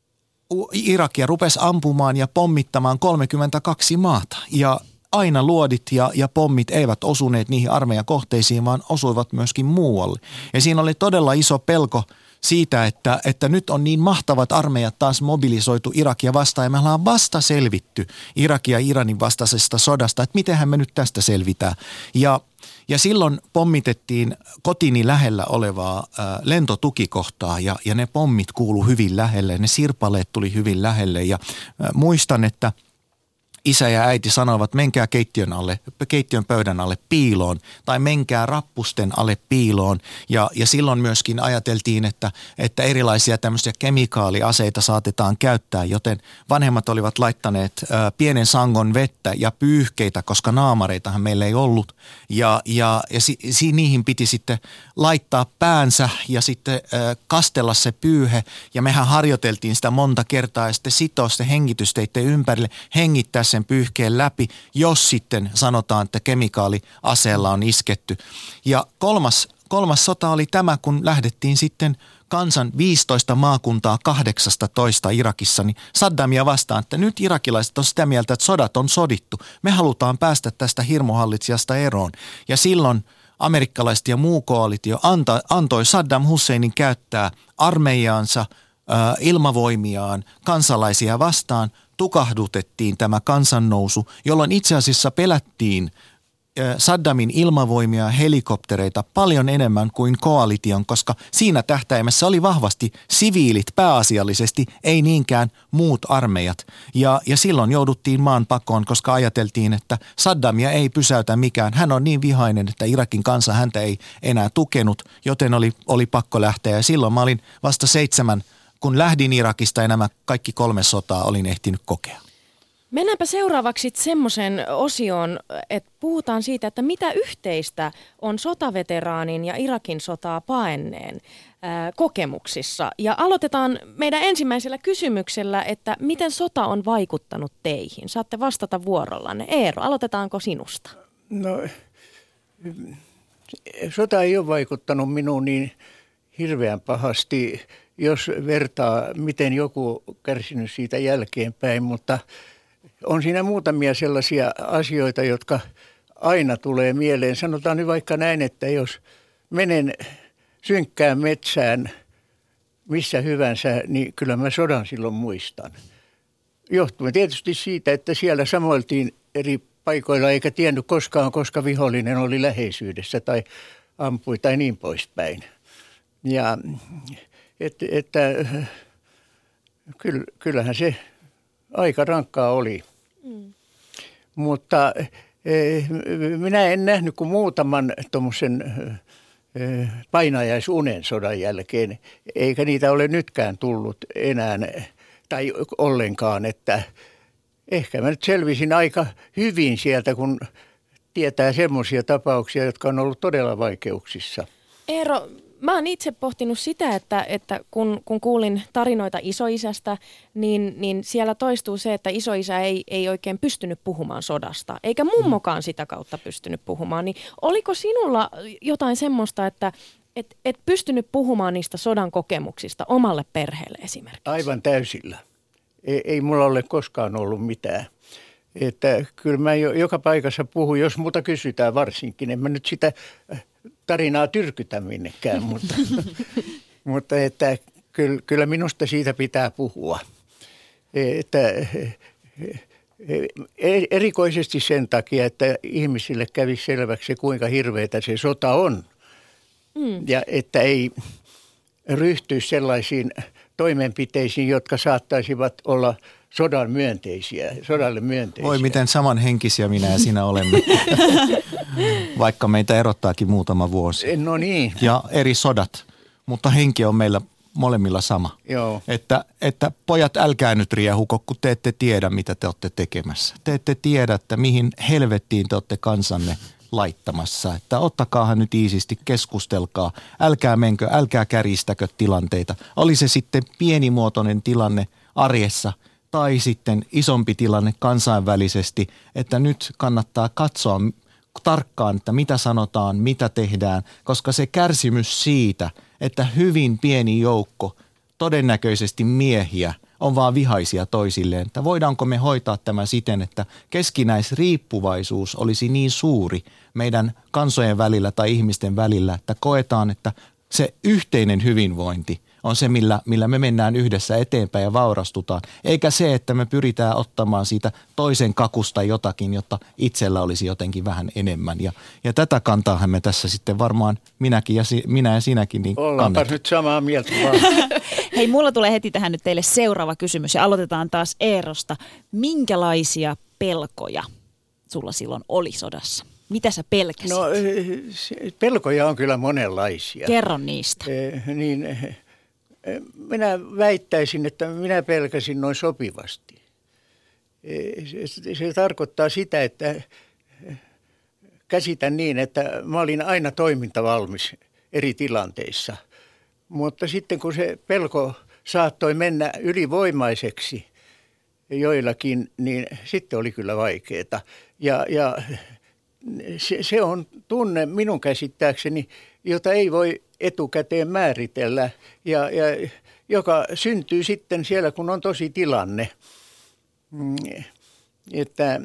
Irakia rupesi ampumaan ja pommittamaan kolmekymmentäkaksi maata ja aina luodit ja, ja pommit eivät osuneet niihin armeijan kohteisiin, vaan osuivat myöskin muualle. Ja siinä oli todella iso pelko siitä, että, että nyt on niin mahtavat armeijat taas mobilisoitu Irakia vastaan ja me ollaan vasta selvitty Irakia ja Iranin vastaisesta sodasta, että mitenhän me nyt tästä selvitään. Ja, ja silloin pommitettiin kotini lähellä olevaa ä, lentotukikohtaa ja, ja ne pommit kuulu hyvin lähelle, ne sirpaleet tuli hyvin lähelle ja ä, muistan, että isä ja äiti sanoivat, menkää keittiön, alle, keittiön pöydän alle piiloon tai menkää rappusten alle piiloon. Ja, ja silloin myöskin ajateltiin, että, että erilaisia tämmöisiä kemikaaliaseita saatetaan käyttää, joten vanhemmat olivat laittaneet ä, pienen sangon vettä ja pyyhkeitä, koska naamareitahan meillä ei ollut. Ja, ja, ja si, si, niihin piti sitten laittaa päänsä ja sitten ä, kastella se pyyhe. Ja mehän harjoiteltiin sitä monta kertaa ja sitten sitoa se hengitysteitten ympärille, hengittää sen pyyhkeen läpi, jos sitten sanotaan, että kemikaaliaseella on isketty. Ja kolmas, kolmas sota oli tämä, kun lähdettiin sitten kansan viisitoista maakuntaa kahdeksastatoista Irakissa, niin Saddamia vastaan, että nyt irakilaiset on sitä mieltä, että sodat on sodittu. Me halutaan päästä tästä hirmuhallitsijasta eroon. Ja silloin amerikkalaiset ja muu koalitio anta, antoi Saddam Husseinin käyttää armeijaansa, äh, ilmavoimiaan, kansalaisia vastaan, tukahdutettiin tämä kansannousu, jolloin itse asiassa pelättiin Saddamin ilmavoimia ja helikoptereita paljon enemmän kuin koalition, koska siinä tähtäimessä oli vahvasti siviilit pääasiallisesti, ei niinkään muut armeijat. Ja, ja silloin jouduttiin maan pakoon, koska ajateltiin, että Saddamia ei pysäytä mikään. Hän on niin vihainen, että Irakin kansa häntä ei enää tukenut, joten oli, oli pakko lähteä. Ja silloin mä olin vasta seitsemän, kun lähdin Irakista ja nämä kaikki kolme sotaa olin ehtinyt kokea. Mennäänpä seuraavaksi semmoisen osioon, että puhutaan siitä, että mitä yhteistä on sotaveteraanin ja Irakin sotaa paenneen ää, kokemuksissa. Ja aloitetaan meidän ensimmäisellä kysymyksellä, että miten sota on vaikuttanut teihin? Saatte vastata vuorollanne. Eero, aloitetaanko sinusta? No, sota ei ole vaikuttanut minuun niin hirveän pahasti, jos vertaa, miten joku on kärsinyt siitä jälkeenpäin, mutta on siinä muutamia sellaisia asioita, jotka aina tulee mieleen. Sanotaan nyt vaikka näin, että jos menen synkkään metsään missä hyvänsä, niin kyllä mä sodan silloin muistan. Johtuen tietysti siitä, että siellä samoiltiin eri paikoilla eikä tiennyt koskaan, koska vihollinen oli läheisyydessä tai ampui tai niin poispäin. Ja että, että kyllähän se aika rankkaa oli. Mm. Mutta eh, minä en nähnyt kuin muutaman tuommoisen eh, painajaisunen sodan jälkeen, eikä niitä ole nytkään tullut enää tai ollenkaan, että ehkä mä nyt selvisin aika hyvin sieltä, kun tietää semmoisia tapauksia, jotka on ollut todella vaikeuksissa. Eero, mä oon itse pohtinut sitä, että, että kun, kun kuulin tarinoita isoisästä, niin, niin siellä toistuu se, että isoisä ei, ei oikein pystynyt puhumaan sodasta, eikä mummokaan sitä kautta pystynyt puhumaan. Niin oliko sinulla jotain semmoista, että et, et pystynyt puhumaan niistä sodan kokemuksista omalle perheelle esimerkiksi? Aivan täysillä. Ei, ei mulla ole koskaan ollut mitään. Että kyllä mä jo, joka paikassa puhun, jos muuta kysytään varsinkin. En mä nyt sitä tarinaa tyrkytä minnekään, mutta, mutta että kyllä, kyllä minusta siitä pitää puhua. Että, erikoisesti sen takia, että ihmisille kävisi selväksi se, kuinka hirveätä se sota on. Mm. Ja että ei ryhtyisi sellaisiin toimenpiteisiin, jotka saattaisivat olla sodan myönteisiä, sodalle myönteisiä. Voi miten samanhenkisiä minä ja sinä olemme, vaikka meitä erottaakin muutama vuosi. No niin. Ja eri sodat, mutta henki on meillä molemmilla sama. Joo. Että, että pojat, älkää nyt riehuko, kun te ette tiedä, mitä te olette tekemässä. Te ette tiedä, että mihin helvettiin te olette kansanne laittamassa. Että ottakaahan nyt iisisti, keskustelkaa, älkää menkö, älkää kärjistäkö tilanteita. Oli se sitten pienimuotoinen tilanne arjessa tai sitten isompi tilanne kansainvälisesti, että nyt kannattaa katsoa tarkkaan, että mitä sanotaan, mitä tehdään, koska se kärsimys siitä, että hyvin pieni joukko, todennäköisesti miehiä, on vaan vihaisia toisilleen, että voidaanko me hoitaa tämä siten, että keskinäisriippuvaisuus olisi niin suuri meidän kansojen välillä tai ihmisten välillä, että koetaan, että se yhteinen hyvinvointi on se, millä, millä me mennään yhdessä eteenpäin ja vaurastutaan. Eikä se, että me pyritään ottamaan siitä toisen kakusta jotakin, jotta itsellä olisi jotenkin vähän enemmän. Ja, ja tätä kantaahan me tässä sitten varmaan minäkin ja, si, minä ja sinäkin niin Ollaanpa kannetaan. nyt samaa mieltä vaan. Hei, mulla tulee heti tähän nyt teille seuraava kysymys ja aloitetaan taas Eerosta. Minkälaisia pelkoja sulla silloin oli sodassa? Mitä sä pelkäsit? No pelkoja on kyllä monenlaisia. Kerro niistä. Eh, niin, eh, minä väittäisin, että minä pelkäsin noin sopivasti. Eh, se, se tarkoittaa sitä, että käsitän niin, että mä olin aina toimintavalmis eri tilanteissa. Mutta sitten kun se pelko saattoi mennä ylivoimaiseksi joillakin, niin sitten oli kyllä vaikeaa. Ja, ja se, se on tunne minun käsittääkseni, jota ei voi etukäteen määritellä ja, ja joka syntyy sitten siellä, kun on tosi tilanne. Että,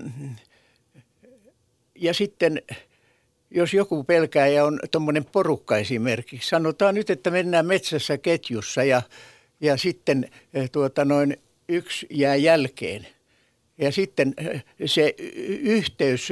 ja sitten jos joku pelkää ja on tuommoinen porukka esimerkiksi, sanotaan nyt, että mennään metsässä ketjussa ja, ja sitten tuota noin yksi jää jälkeen. Ja sitten se yhteys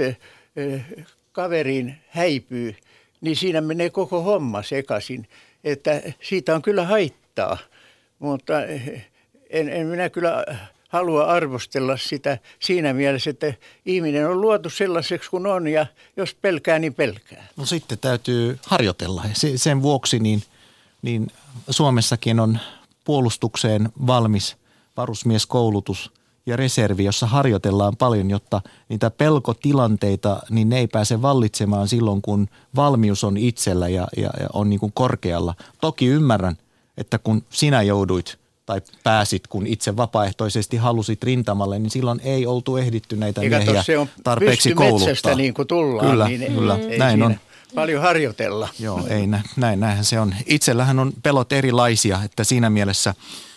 kaveriin häipyy, niin siinä menee koko homma sekaisin. Että siitä on kyllä haittaa, mutta en, en minä kyllä halua arvostella sitä siinä mielessä, että ihminen on luotu sellaiseksi kuin on ja jos pelkää, niin pelkää. No sitten täytyy harjoitella. Sen vuoksi niin, niin Suomessakin on puolustukseen valmis varusmieskoulutus ja reservi, jossa harjoitellaan paljon, jotta niitä pelkotilanteita, niin ne ei pääse vallitsemaan silloin, kun valmius on itsellä ja, ja, ja on niin kuin korkealla. Toki ymmärrän, että kun sinä jouduit tai pääsit, kun itse vapaaehtoisesti halusit rintamalle, niin silloin ei oltu ehditty näitä eikä miehiä se on tarpeeksi kouluttaa. Niin kuin tullaan, kyllä, niin kyllä. ei Näin on. Paljon harjoitella. Joo, ei näin, näinhän se on. Itsellähän on pelot erilaisia, että siinä mielessä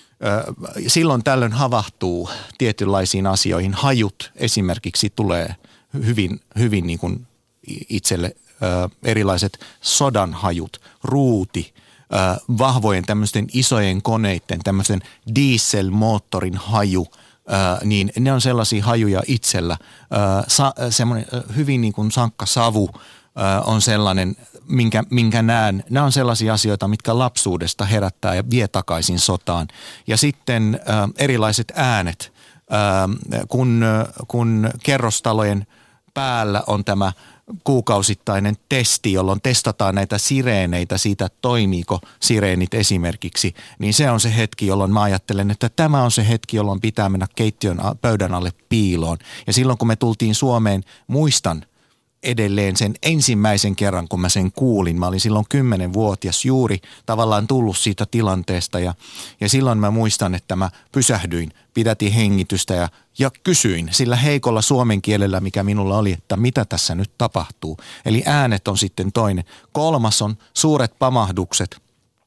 silloin tällöin havahtuu tietynlaisiin asioihin. Hajut esimerkiksi tulee hyvin, hyvin niin kuin itselle erilaiset sodan hajut, ruuti, vahvojen tämmöisten isojen koneiden, tämmöisen dieselmoottorin haju, niin ne on sellaisia hajuja itsellä. Semmoinen hyvin niin kuin sankka savu on sellainen, minkä, minkä näen. Nämä on sellaisia asioita, mitkä lapsuudesta herättää ja vie takaisin sotaan. Ja sitten äh, erilaiset äänet, äh, kun, kun kerrostalojen päällä on tämä kuukausittainen testi, jolloin testataan näitä sireeneitä siitä, toimiiko sireenit esimerkiksi, niin se on se hetki, jolloin mä ajattelen, että tämä on se hetki, jolloin pitää mennä keittiön pöydän alle piiloon. Ja silloin, kun me tultiin Suomeen, muistan edelleen sen ensimmäisen kerran, kun mä sen kuulin. Mä olin silloin kymmenvuotias juuri tavallaan tullut siitä tilanteesta ja, ja silloin mä muistan, että mä pysähdyin, pidätin hengitystä ja, ja kysyin sillä heikolla suomen kielellä, mikä minulla oli, että mitä tässä nyt tapahtuu. Eli äänet on sitten toinen. Kolmas on suuret pamahdukset,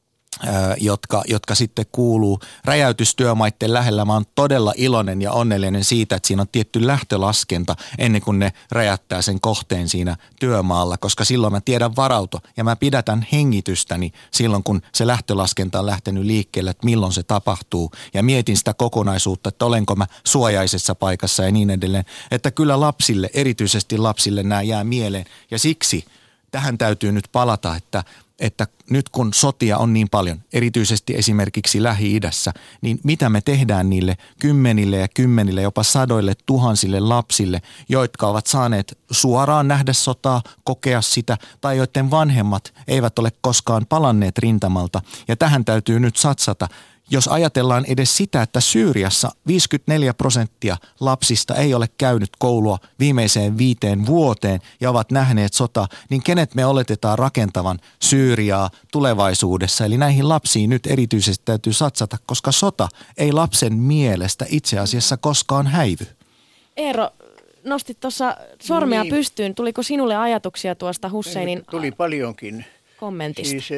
Jotka, jotka sitten kuuluu räjäytystyömaiden lähellä. Mä oon todella iloinen ja onnellinen siitä, että siinä on tietty lähtölaskenta ennen kuin ne räjäyttää sen kohteen siinä työmaalla, koska silloin mä tiedän varautua ja mä pidätän hengitystäni silloin, kun se lähtölaskenta on lähtenyt liikkeelle, että milloin se tapahtuu ja mietin sitä kokonaisuutta, että olenko mä suojaisessa paikassa ja niin edelleen. Että kyllä lapsille, erityisesti lapsille nämä jää mieleen ja siksi tähän täytyy nyt palata, että että nyt kun sotia on niin paljon, erityisesti esimerkiksi Lähi-idässä, niin mitä me tehdään niille kymmenille ja kymmenille, jopa sadoille tuhansille lapsille, jotka ovat saaneet suoraan nähdä sotaa, kokea sitä, tai joiden vanhemmat eivät ole koskaan palanneet rintamalta. Ja tähän täytyy nyt satsata. Jos ajatellaan edes sitä, että Syyriassa viisikymmentäneljä prosenttia lapsista ei ole käynyt koulua viimeiseen viiteen vuoteen ja ovat nähneet sotaa, niin kenet me oletetaan rakentavan Syyriaa tulevaisuudessa? Eli näihin lapsiin nyt erityisesti täytyy satsata, koska sota ei lapsen mielestä itse asiassa koskaan häivy. Eero, nostit tuossa sormea niin. pystyyn. Tuliko sinulle ajatuksia tuosta Husseinin Tuli paljonkin kommentista? Siis,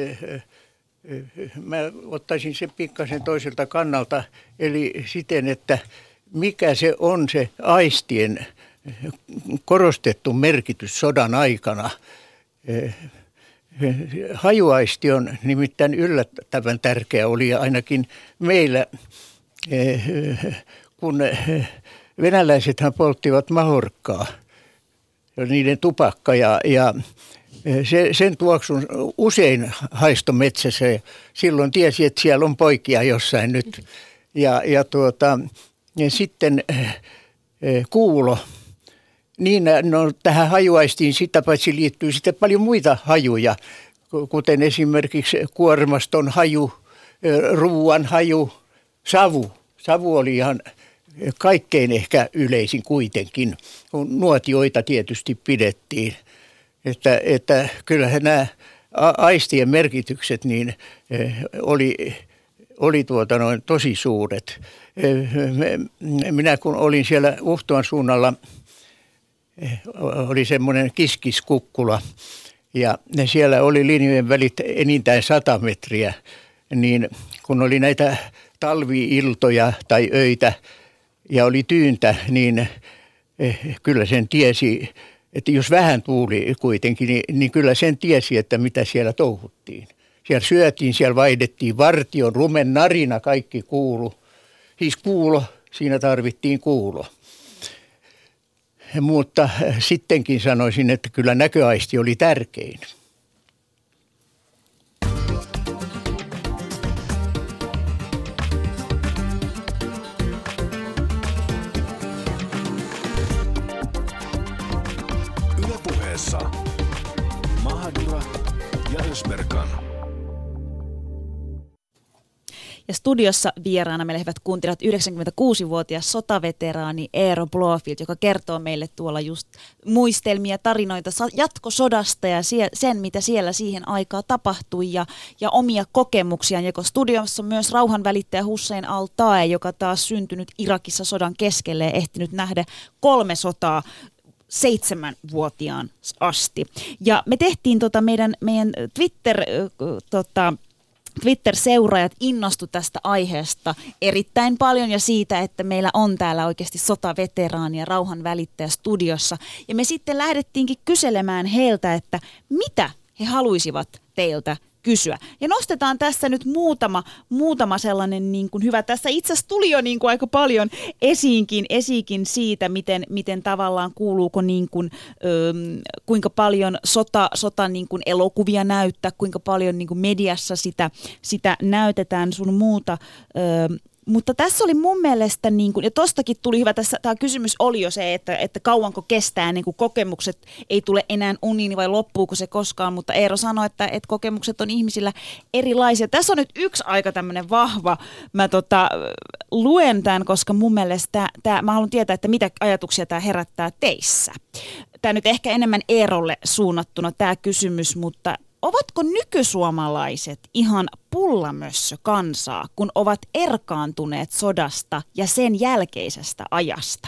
mä ottaisin sen pikkasen toiselta kannalta, eli siten, että mikä se on se aistien korostettu merkitys sodan aikana. hajuaisti on nimittäin yllättävän tärkeä oli ainakin meillä, kun venäläisethän polttivat mahorkkaa, niiden tupakka ja, ja se, sen tuoksun usein haistoi metsässä ja silloin tiesi, että siellä on poikia jossain nyt. Ja, ja, tuota, ja sitten kuulo. Niin, no, tähän hajuaistiin sitä paitsi liittyy sitten paljon muita hajuja, kuten esimerkiksi kuormaston haju, ruuan haju, savu. Savu oli ihan kaikkein ehkä yleisin kuitenkin, kun nuotioita tietysti pidettiin. Että, että kyllähän nämä aistien merkitykset niin oli, oli tuota noin tosi suuret. Minä kun olin siellä Uhtoan suunnalla, oli semmoinen kiskiskukkula ja siellä oli linjojen välit enintään sata metriä, niin kun oli näitä talvi-iltoja tai öitä ja oli tyyntä, niin kyllä sen tiesi, että jos vähän tuuli kuitenkin, niin, niin kyllä sen tiesi, että mitä siellä touhuttiin. Siellä syötiin, siellä vaihdettiin vartion, rumen narina, kaikki kuulu. Siis kuulo, siinä tarvittiin kuulo. Mutta sittenkin sanoisin, että kyllä näköaisti oli tärkein. Yle Puheessa Mahadura ja Ösberkan. Ja studiossa vieraana meille hyvät kuuntelijat yhdeksänkymmentäkuusi-vuotias sotaveteraani Eero Blåfield, joka kertoo meille tuolla just muistelmia, tarinoita jatkosodasta ja sen, mitä siellä siihen aikaan tapahtui ja, ja omia kokemuksiaan. Ja studiossa on myös rauhanvälittäjä Hussein al-Tae, joka taas syntynyt Irakissa sodan keskelle ja ehtinyt nähdä kolme sotaa seitsemänvuotiaan asti. Ja me tehtiin tota meidän, meidän Twitter... Tota, Twitter-seuraajat innostu tästä aiheesta erittäin paljon ja siitä, että meillä on täällä oikeasti sotaveteraani ja rauhanvälittäjä studiossa. Ja me sitten lähdettiinkin kyselemään heiltä, että mitä he haluaisivat teiltä kysyä. Ja nostetaan tässä nyt muutama, muutama sellainen niin kuin hyvä. Tässä itse asiassa tuli jo niin kuin aika paljon esiinkin, esiinkin siitä, miten, miten tavallaan kuuluuko niin kuin, ö, kuinka paljon sota, sota niin kuin elokuvia näyttää, kuinka paljon niin kuin mediassa sitä, sitä näytetään sun muuta. Ö, Mutta tässä oli mun mielestä, niin kuin, ja tostakin tuli hyvä, tässä tämä kysymys oli jo se, että, että kauanko kestää, niin kuin kokemukset ei tule enää uniini vai loppuuko se koskaan, mutta Eero sanoi, että, että kokemukset on ihmisillä erilaisia. Tässä on nyt yksi aika tämmöinen vahva, mä tota, luen tämän, koska mun mielestä tämä, tämä, mä haluan tietää, että mitä ajatuksia tämä herättää teissä. Tämä nyt ehkä enemmän Eerolle suunnattuna tämä kysymys, mutta ovatko nykysuomalaiset ihan pullamössö kansaa, kun ovat erkaantuneet sodasta ja sen jälkeisestä ajasta?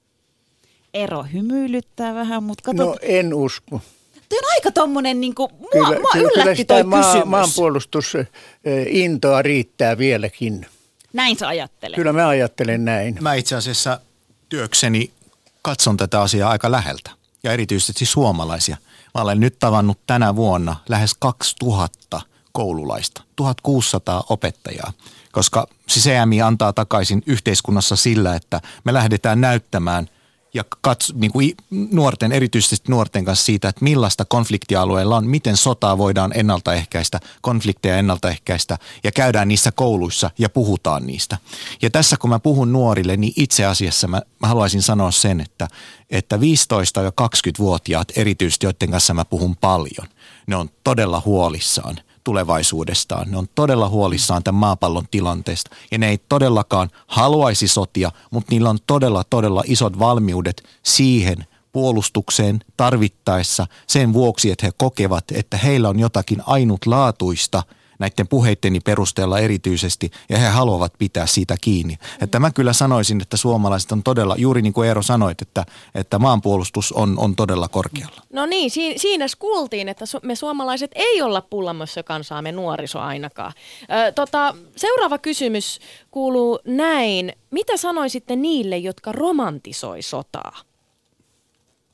Eero hymyilyttää vähän, mutta katsot. No en usko. Toi on aika tommonen, niin kuin, mua, kyllä, mua kyllä, yllätti kyllä toi maa, kysymys. maanpuolustusintoa riittää vieläkin. Näin sä ajattelet? Kyllä mä ajattelen näin. Mä itse asiassa työkseni katson tätä asiaa aika läheltä ja erityisesti suomalaisia. Mä olen nyt tavannut tänä vuonna lähes kaksituhatta koululaista, tuhatkuusisataa opettajaa, koska se C M I antaa takaisin yhteiskunnassa sillä, että me lähdetään näyttämään ja katso, niin kuin nuorten, erityisesti nuorten kanssa siitä, että millaista konfliktialueella on, miten sotaa voidaan ennaltaehkäistä, konflikteja ennaltaehkäistä ja käydään niissä kouluissa ja puhutaan niistä. Ja tässä kun mä puhun nuorille, niin itse asiassa mä, mä haluaisin sanoa sen, että, että viisitoista- kaksikymmentävuotiaat erityisesti, joiden kanssa mä puhun paljon, ne on todella huolissaan tulevaisuudestaan. Ne on todella huolissaan tämän maapallon tilanteesta ja ne ei todellakaan haluaisi sotia, mutta niillä on todella, todella isot valmiudet siihen puolustukseen tarvittaessa sen vuoksi, että he kokevat, että heillä on jotakin ainutlaatuista näiden puheitteni perusteella erityisesti, ja he haluavat pitää siitä kiinni. Että mä kyllä sanoisin, että suomalaiset on todella, juuri niin kuin Eero sanoit, että, että maanpuolustus on, on todella korkealla. No niin, siinä, siinä kuultiin, että su- me suomalaiset ei olla pullamössö kansaa, me nuoriso ainakaan. Ö, tota, seuraava kysymys kuuluu näin. Mitä sanoisitte niille, jotka romantisoi sotaa?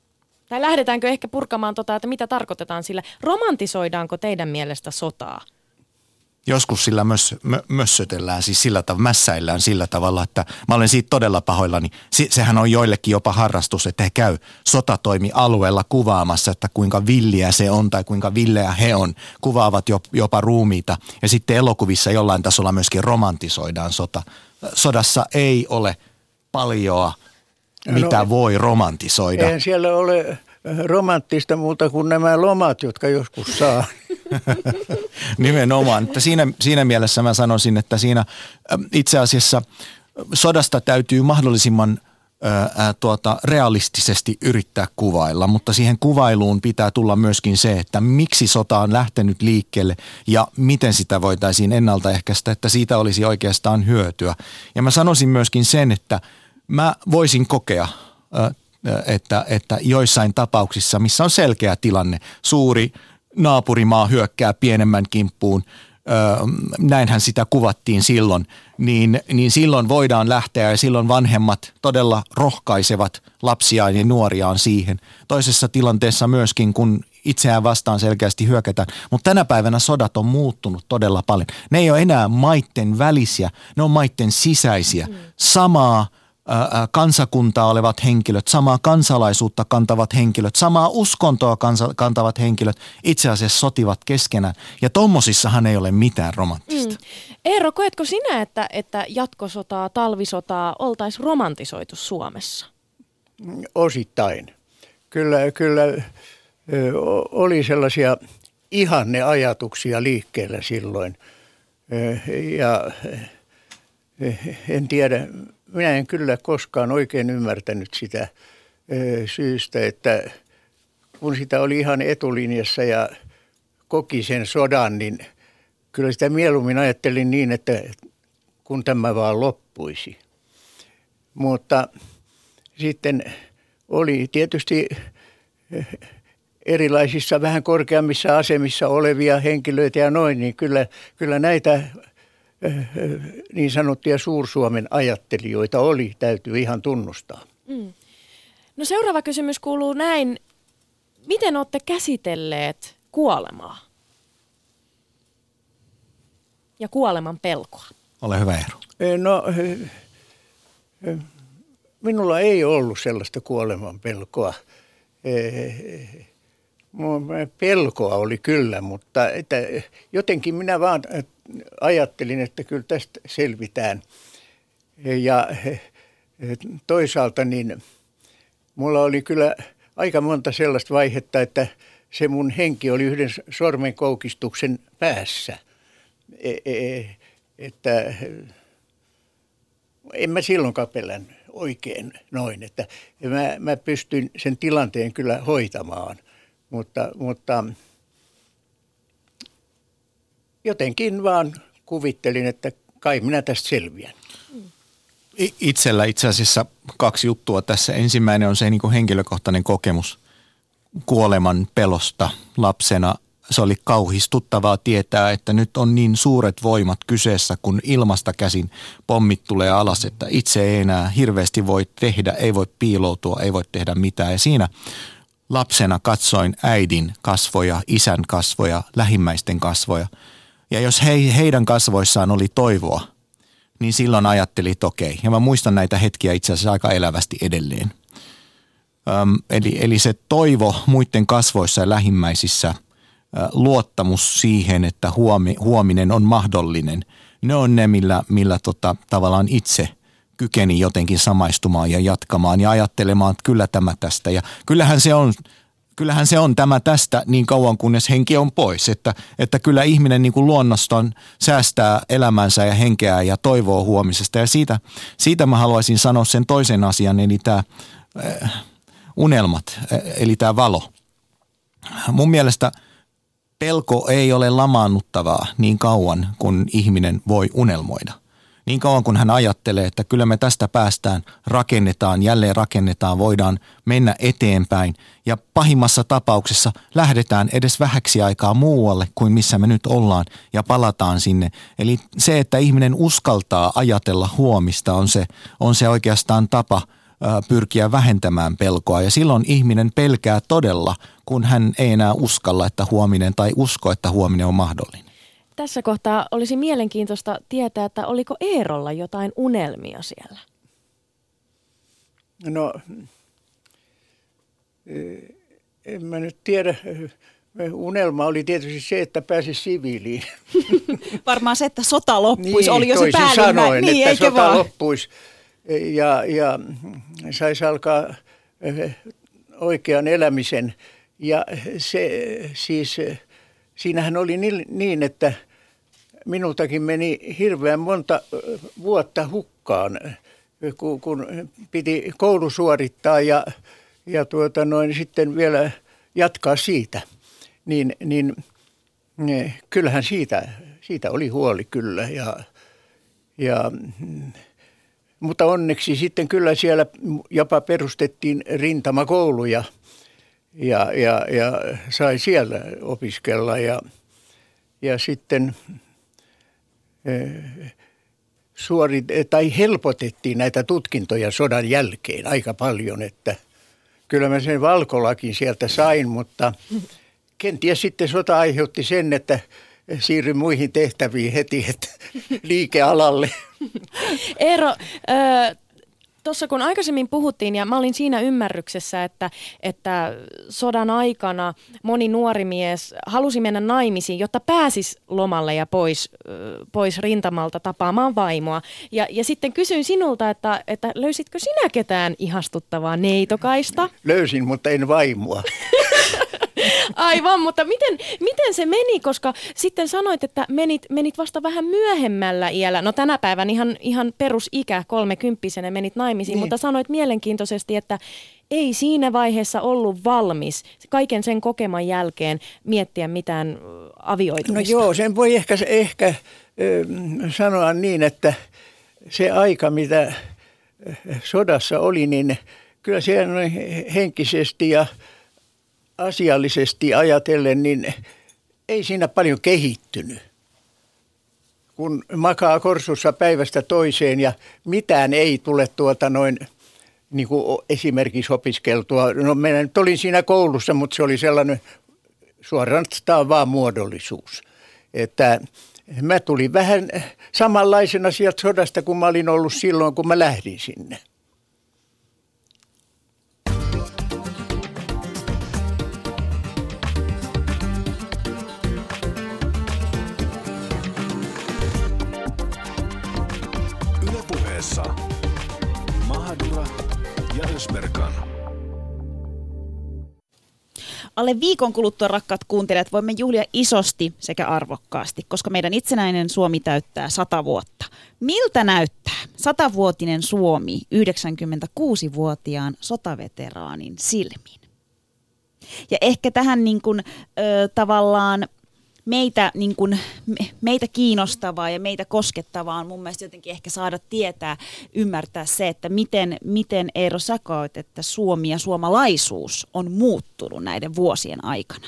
Tai lähdetäänkö ehkä purkamaan tota, että mitä tarkoitetaan sillä? Romantisoidaanko teidän mielestä sotaa? Joskus sillä mös, mö, mössötellään, siis sillä tavalla, mässäillään sillä tavalla, että mä olen siitä todella pahoillani. Se, sehän on joillekin jopa harrastus, että he käy sotatoimialueella kuvaamassa, että kuinka villiä se on tai kuinka villeä he on. Kuvaavat jopa ruumiita ja sitten elokuvissa jollain tasolla myöskin romantisoidaan sota. Sodassa ei ole paljoa, mitä no, voi romantisoida. Eihän siellä ole romanttista muuta kuin nämä lomat, jotka joskus saa. Nimenomaan. Että siinä, siinä mielessä mä sanoisin, että siinä itse asiassa sodasta täytyy mahdollisimman ää, tuota, realistisesti yrittää kuvailla, mutta siihen kuvailuun pitää tulla myöskin se, että miksi sota on lähtenyt liikkeelle ja miten sitä voitaisiin ennaltaehkäistä, että siitä olisi oikeastaan hyötyä. Ja mä sanoisin myöskin sen, että mä voisin kokea, että, että joissain tapauksissa, missä on selkeä tilanne, suuri naapurimaa hyökkää pienemmän kimppuun, näinhän sitä kuvattiin silloin, niin, niin silloin voidaan lähteä ja silloin vanhemmat todella rohkaisevat lapsiaan ja nuoriaan siihen. Toisessa tilanteessa myöskin, kun itseään vastaan selkeästi hyökätään, mutta tänä päivänä sodat on muuttunut todella paljon. Ne ei ole enää maitten välisiä, ne on maitten sisäisiä. Mm. Samaa kansakuntaa olevat henkilöt, samaa kansalaisuutta kantavat henkilöt, samaa uskontoa kansa- kantavat henkilöt itse asiassa sotivat keskenään. Ja tommosissahan ei ole mitään romanttista. Mm. Eero, koetko sinä, että, että jatkosotaa, talvisotaa oltaisiin romantisoitu Suomessa? Osittain. Kyllä, kyllä oli sellaisia ihanneajatuksia liikkeellä silloin. Ja en tiedä... Minä en kyllä koskaan oikein ymmärtänyt sitä syystä, että kun sitä oli ihan etulinjassa ja koki sen sodan, niin kyllä sitä mieluummin ajattelin niin, että kun tämä vaan loppuisi. Mutta sitten oli tietysti erilaisissa vähän korkeammissa asemissa olevia henkilöitä ja noin, niin kyllä, kyllä näitä... niin sanottuja Suur-Suomen ajattelijoita oli, täytyy ihan tunnustaa. Mm. No seuraava kysymys kuuluu näin. Miten olette käsitelleet kuolemaa ja kuoleman pelkoa? Ole hyvä, Eero. No, minulla ei ollut sellaista kuoleman pelkoa. Pelkoa oli kyllä, mutta että jotenkin minä vaan ajattelin, että kyllä tästä selvitään. Ja toisaalta niin mulla oli kyllä aika monta sellaista vaihetta, että se mun henki oli yhden sormen koukistuksen päässä. Että en mä silloinkaan pelännyt oikein noin, että mä, mä pystyn sen tilanteen kyllä hoitamaan. Mutta, mutta jotenkin vaan kuvittelin, että kai minä tästä selviän. Itsellä itse asiassa kaksi juttua tässä. Ensimmäinen on se niin kuin henkilökohtainen kokemus kuoleman pelosta lapsena. Se oli kauhistuttavaa tietää, että nyt on niin suuret voimat kyseessä, kun ilmasta käsin pommit tulee alas, että itse ei enää hirveästi voi tehdä, ei voi piiloutua, ei voi tehdä mitään. Ja siinä lapsena katsoin äidin kasvoja, isän kasvoja, lähimmäisten kasvoja. Ja jos he, heidän kasvoissaan oli toivoa, niin silloin ajattelin, että okei. Ja mä muistan näitä hetkiä itse asiassa aika elävästi edelleen. Öm, eli, eli se toivo muiden kasvoissa ja lähimmäisissä, luottamus siihen, että huomi, huominen on mahdollinen, ne on ne, millä, millä tota, tavallaan itse kykeni jotenkin samaistumaan ja jatkamaan ja ajattelemaan, että kyllä tämä tästä. Ja kyllähän se on, kyllähän se on tämä tästä niin kauan, kunnes henki on pois. Että, että kyllä ihminen niin kuin luonnostaan säästää elämänsä ja henkeä ja toivoo huomisesta. Ja siitä, siitä mä haluaisin sanoa sen toisen asian, eli tämä äh, unelmat, äh, eli tämä valo. Mun mielestä pelko ei ole lamaannuttavaa niin kauan, kun ihminen voi unelmoida. Niin kauan kun hän ajattelee, että kyllä me tästä päästään, rakennetaan, jälleen rakennetaan, voidaan mennä eteenpäin ja pahimmassa tapauksessa lähdetään edes vähäksi aikaa muualle kuin missä me nyt ollaan ja palataan sinne. Eli se, että ihminen uskaltaa ajatella huomista on se, on se oikeastaan tapa pyrkiä vähentämään pelkoa. Ja silloin ihminen pelkää todella, kun hän ei enää uskalla, että huominen tai usko, että huominen on mahdollinen. Tässä kohtaa olisi mielenkiintoista tietää, että oliko Eerolla jotain unelmia siellä? No, en mä nyt tiedä. Unelma oli tietysti se, että pääsi siviiliin. Varmaan se, että sota loppuisi, niin, oli jo se päällimmäinen. Sanoen, niin, että sota vaan? loppuisi ja, ja saisi alkaa oikean elämisen. Ja se siis, siinähän oli niin, että minultakin meni hirveän monta vuotta hukkaan, kun, kun piti koulu suorittaa ja, ja tuota noin, sitten vielä jatkaa siitä. Niin, niin kyllähän siitä, siitä oli huoli kyllä. Ja, ja, mutta onneksi sitten kyllä siellä jopa perustettiin rintamakouluja ja, ja, ja sai siellä opiskella. Ja, ja sitten suorit, tai helpotettiin näitä tutkintoja sodan jälkeen aika paljon, että kyllä mä sen valkolakin sieltä sain, mutta kenties sitten sota aiheutti sen, että siirryin muihin tehtäviin heti, että liikealalle. Eero, äh, tuossa kun aikaisemmin puhuttiin ja mä olin siinä ymmärryksessä, että, että sodan aikana moni nuori mies halusi mennä naimisiin, jotta pääsisi lomalle ja pois, pois rintamalta tapaamaan vaimoa. Ja, ja sitten kysyin sinulta, että, että löysitkö sinä ketään ihastuttavaa neitokaista? Löysin, mutta en vaimoa. Aivan, mutta miten, miten se meni, koska sitten sanoit, että menit, menit vasta vähän myöhemmällä iällä. No tänä päivänä ihan, ihan perusikä, kolmekymppisenä menit naimisiin, niin. Mutta sanoit mielenkiintoisesti, että ei siinä vaiheessa ollut valmis kaiken sen kokeman jälkeen miettiä mitään avioitumista. No joo, sen voi ehkä, ehkä äh, sanoa niin, että se aika, mitä sodassa oli, niin kyllä se henkisesti ja asiallisesti ajatellen, niin ei siinä paljon kehittynyt. Kun makaa korsussa päivästä toiseen ja mitään ei tule tuota noin, niin kuin esimerkiksi opiskeltua. No minä nyt olin siinä koulussa, mutta se oli sellainen suorastaan vaan muodollisuus. Että mä tulin vähän samanlaisena sieltä sodasta, kuin mä olin ollut silloin, kun mä lähdin sinne. Mahadura ja Ösberkan. Alle viikon kuluttua, rakkaat kuuntelijat, voimme juhlia isosti sekä arvokkaasti, koska meidän itsenäinen Suomi täyttää sata vuotta. Miltä näyttää satavuotinen Suomi yhdeksänkymmentäkuusivuotiaan sotaveteraanin silmin? Ja ehkä tähän niin kuin, ö, tavallaan meitä, niin kuin, meitä kiinnostavaa ja meitä koskettavaa on mun mielestä jotenkin ehkä saada tietää, ymmärtää se, että miten, miten Eero sä koet, että Suomi ja suomalaisuus on muuttunut näiden vuosien aikana?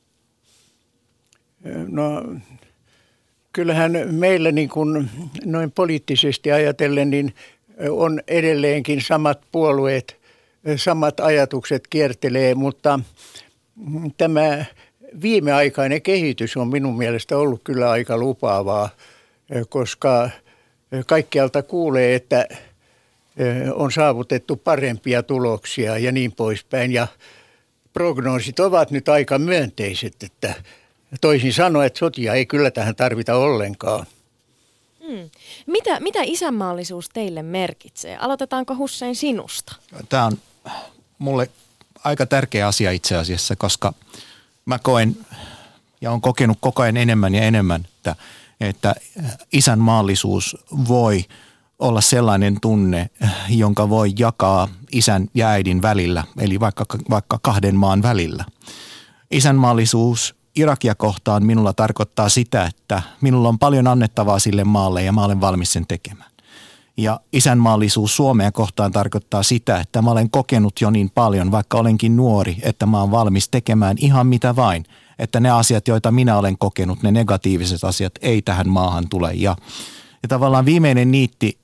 No kyllähän meillä niin kuin noin poliittisesti ajatellen niin on edelleenkin samat puolueet, samat ajatukset kiertelee, mutta tämä viimeaikainen kehitys on minun mielestä ollut kyllä aika lupaavaa, koska kaikkialta kuulee, että on saavutettu parempia tuloksia ja niin poispäin. Ja prognoosit ovat nyt aika myönteiset, että toisin sanoen, että sotia ei kyllä tähän tarvita ollenkaan. Hmm. Mitä, mitä isänmaallisuus teille merkitsee? Aloitetaanko Hussein sinusta? Tämä on mulle aika tärkeä asia itse asiassa, koska mä koen ja olen kokenut koko ajan enemmän ja enemmän, että, että isänmaallisuus voi olla sellainen tunne, jonka voi jakaa isän ja äidin välillä, eli vaikka, vaikka kahden maan välillä. Isänmaallisuus Irakia kohtaan minulla tarkoittaa sitä, että minulla on paljon annettavaa sille maalle ja mä olen valmis sen tekemään. Ja isänmaallisuus Suomea kohtaan tarkoittaa sitä, että mä olen kokenut jo niin paljon, vaikka olenkin nuori, että mä olen valmis tekemään ihan mitä vain. Että ne asiat, joita minä olen kokenut, ne negatiiviset asiat, ei tähän maahan tule. Ja, ja tavallaan viimeinen niitti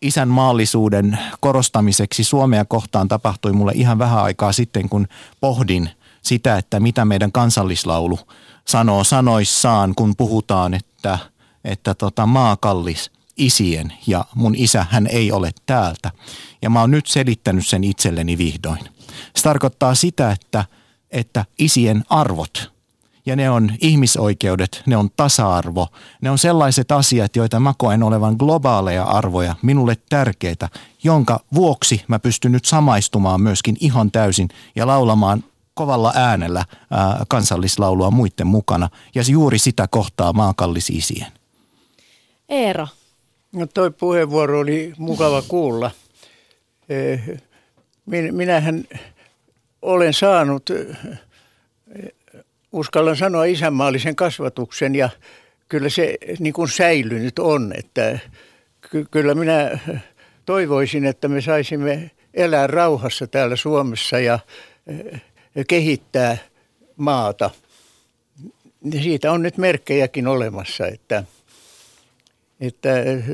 isänmaallisuuden korostamiseksi Suomea kohtaan tapahtui mulle ihan vähän aikaa sitten, kun pohdin sitä, että mitä meidän kansallislaulu sanoo sanoissaan, kun puhutaan, että, että tota, maa kallis isien ja mun isä, hän ei ole täältä. Ja mä oon nyt selittänyt sen itselleni vihdoin. Se tarkoittaa sitä, että, että isien arvot, ja ne on ihmisoikeudet, ne on tasa-arvo, ne on sellaiset asiat, joita mä koen olevan globaaleja arvoja, minulle tärkeitä, jonka vuoksi mä pystyn nyt samaistumaan myöskin ihan täysin ja laulamaan kovalla äänellä ää, kansallislaulua muiden mukana. Ja juuri sitä kohtaa maakallis isien. Eero. No toi puheenvuoro oli mukava kuulla. Minähän olen saanut, uskallan sanoa, isänmaallisen kasvatuksen ja kyllä se niin kuin säilynyt on. Että kyllä minä toivoisin, että me saisimme elää rauhassa täällä Suomessa ja kehittää maata. Siitä on nyt merkkejäkin olemassa, että, että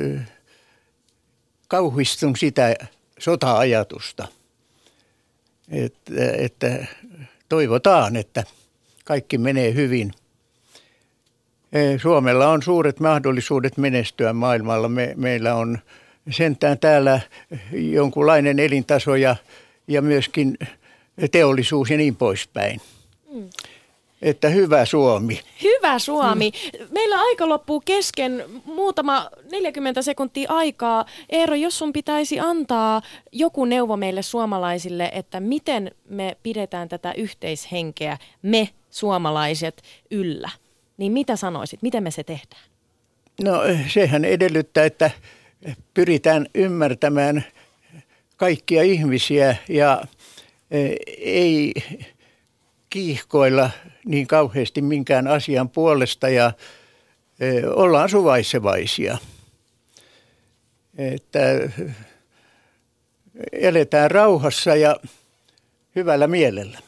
kauhistun sitä sota-ajatusta, että, että toivotaan, että kaikki menee hyvin. Suomella on suuret mahdollisuudet menestyä maailmalla. Me, meillä on sentään täällä jonkunlainen elintaso ja, ja myöskin teollisuus ja niin poispäin. Mm. Että hyvä Suomi. Hyvä Suomi. Meillä aika loppuu kesken. Muutama neljäkymmentä sekuntia aikaa. Eero, jos sun pitäisi antaa joku neuvo meille suomalaisille, että miten me pidetään tätä yhteishenkeä, me suomalaiset, yllä, niin mitä sanoisit? Miten me se tehdään? No sehän edellyttää, että pyritään ymmärtämään kaikkia ihmisiä ja ei kiihkoilla niin kauheasti minkään asian puolesta ja ollaan suvaitsevaisia. Että eletään rauhassa ja hyvällä mielellä.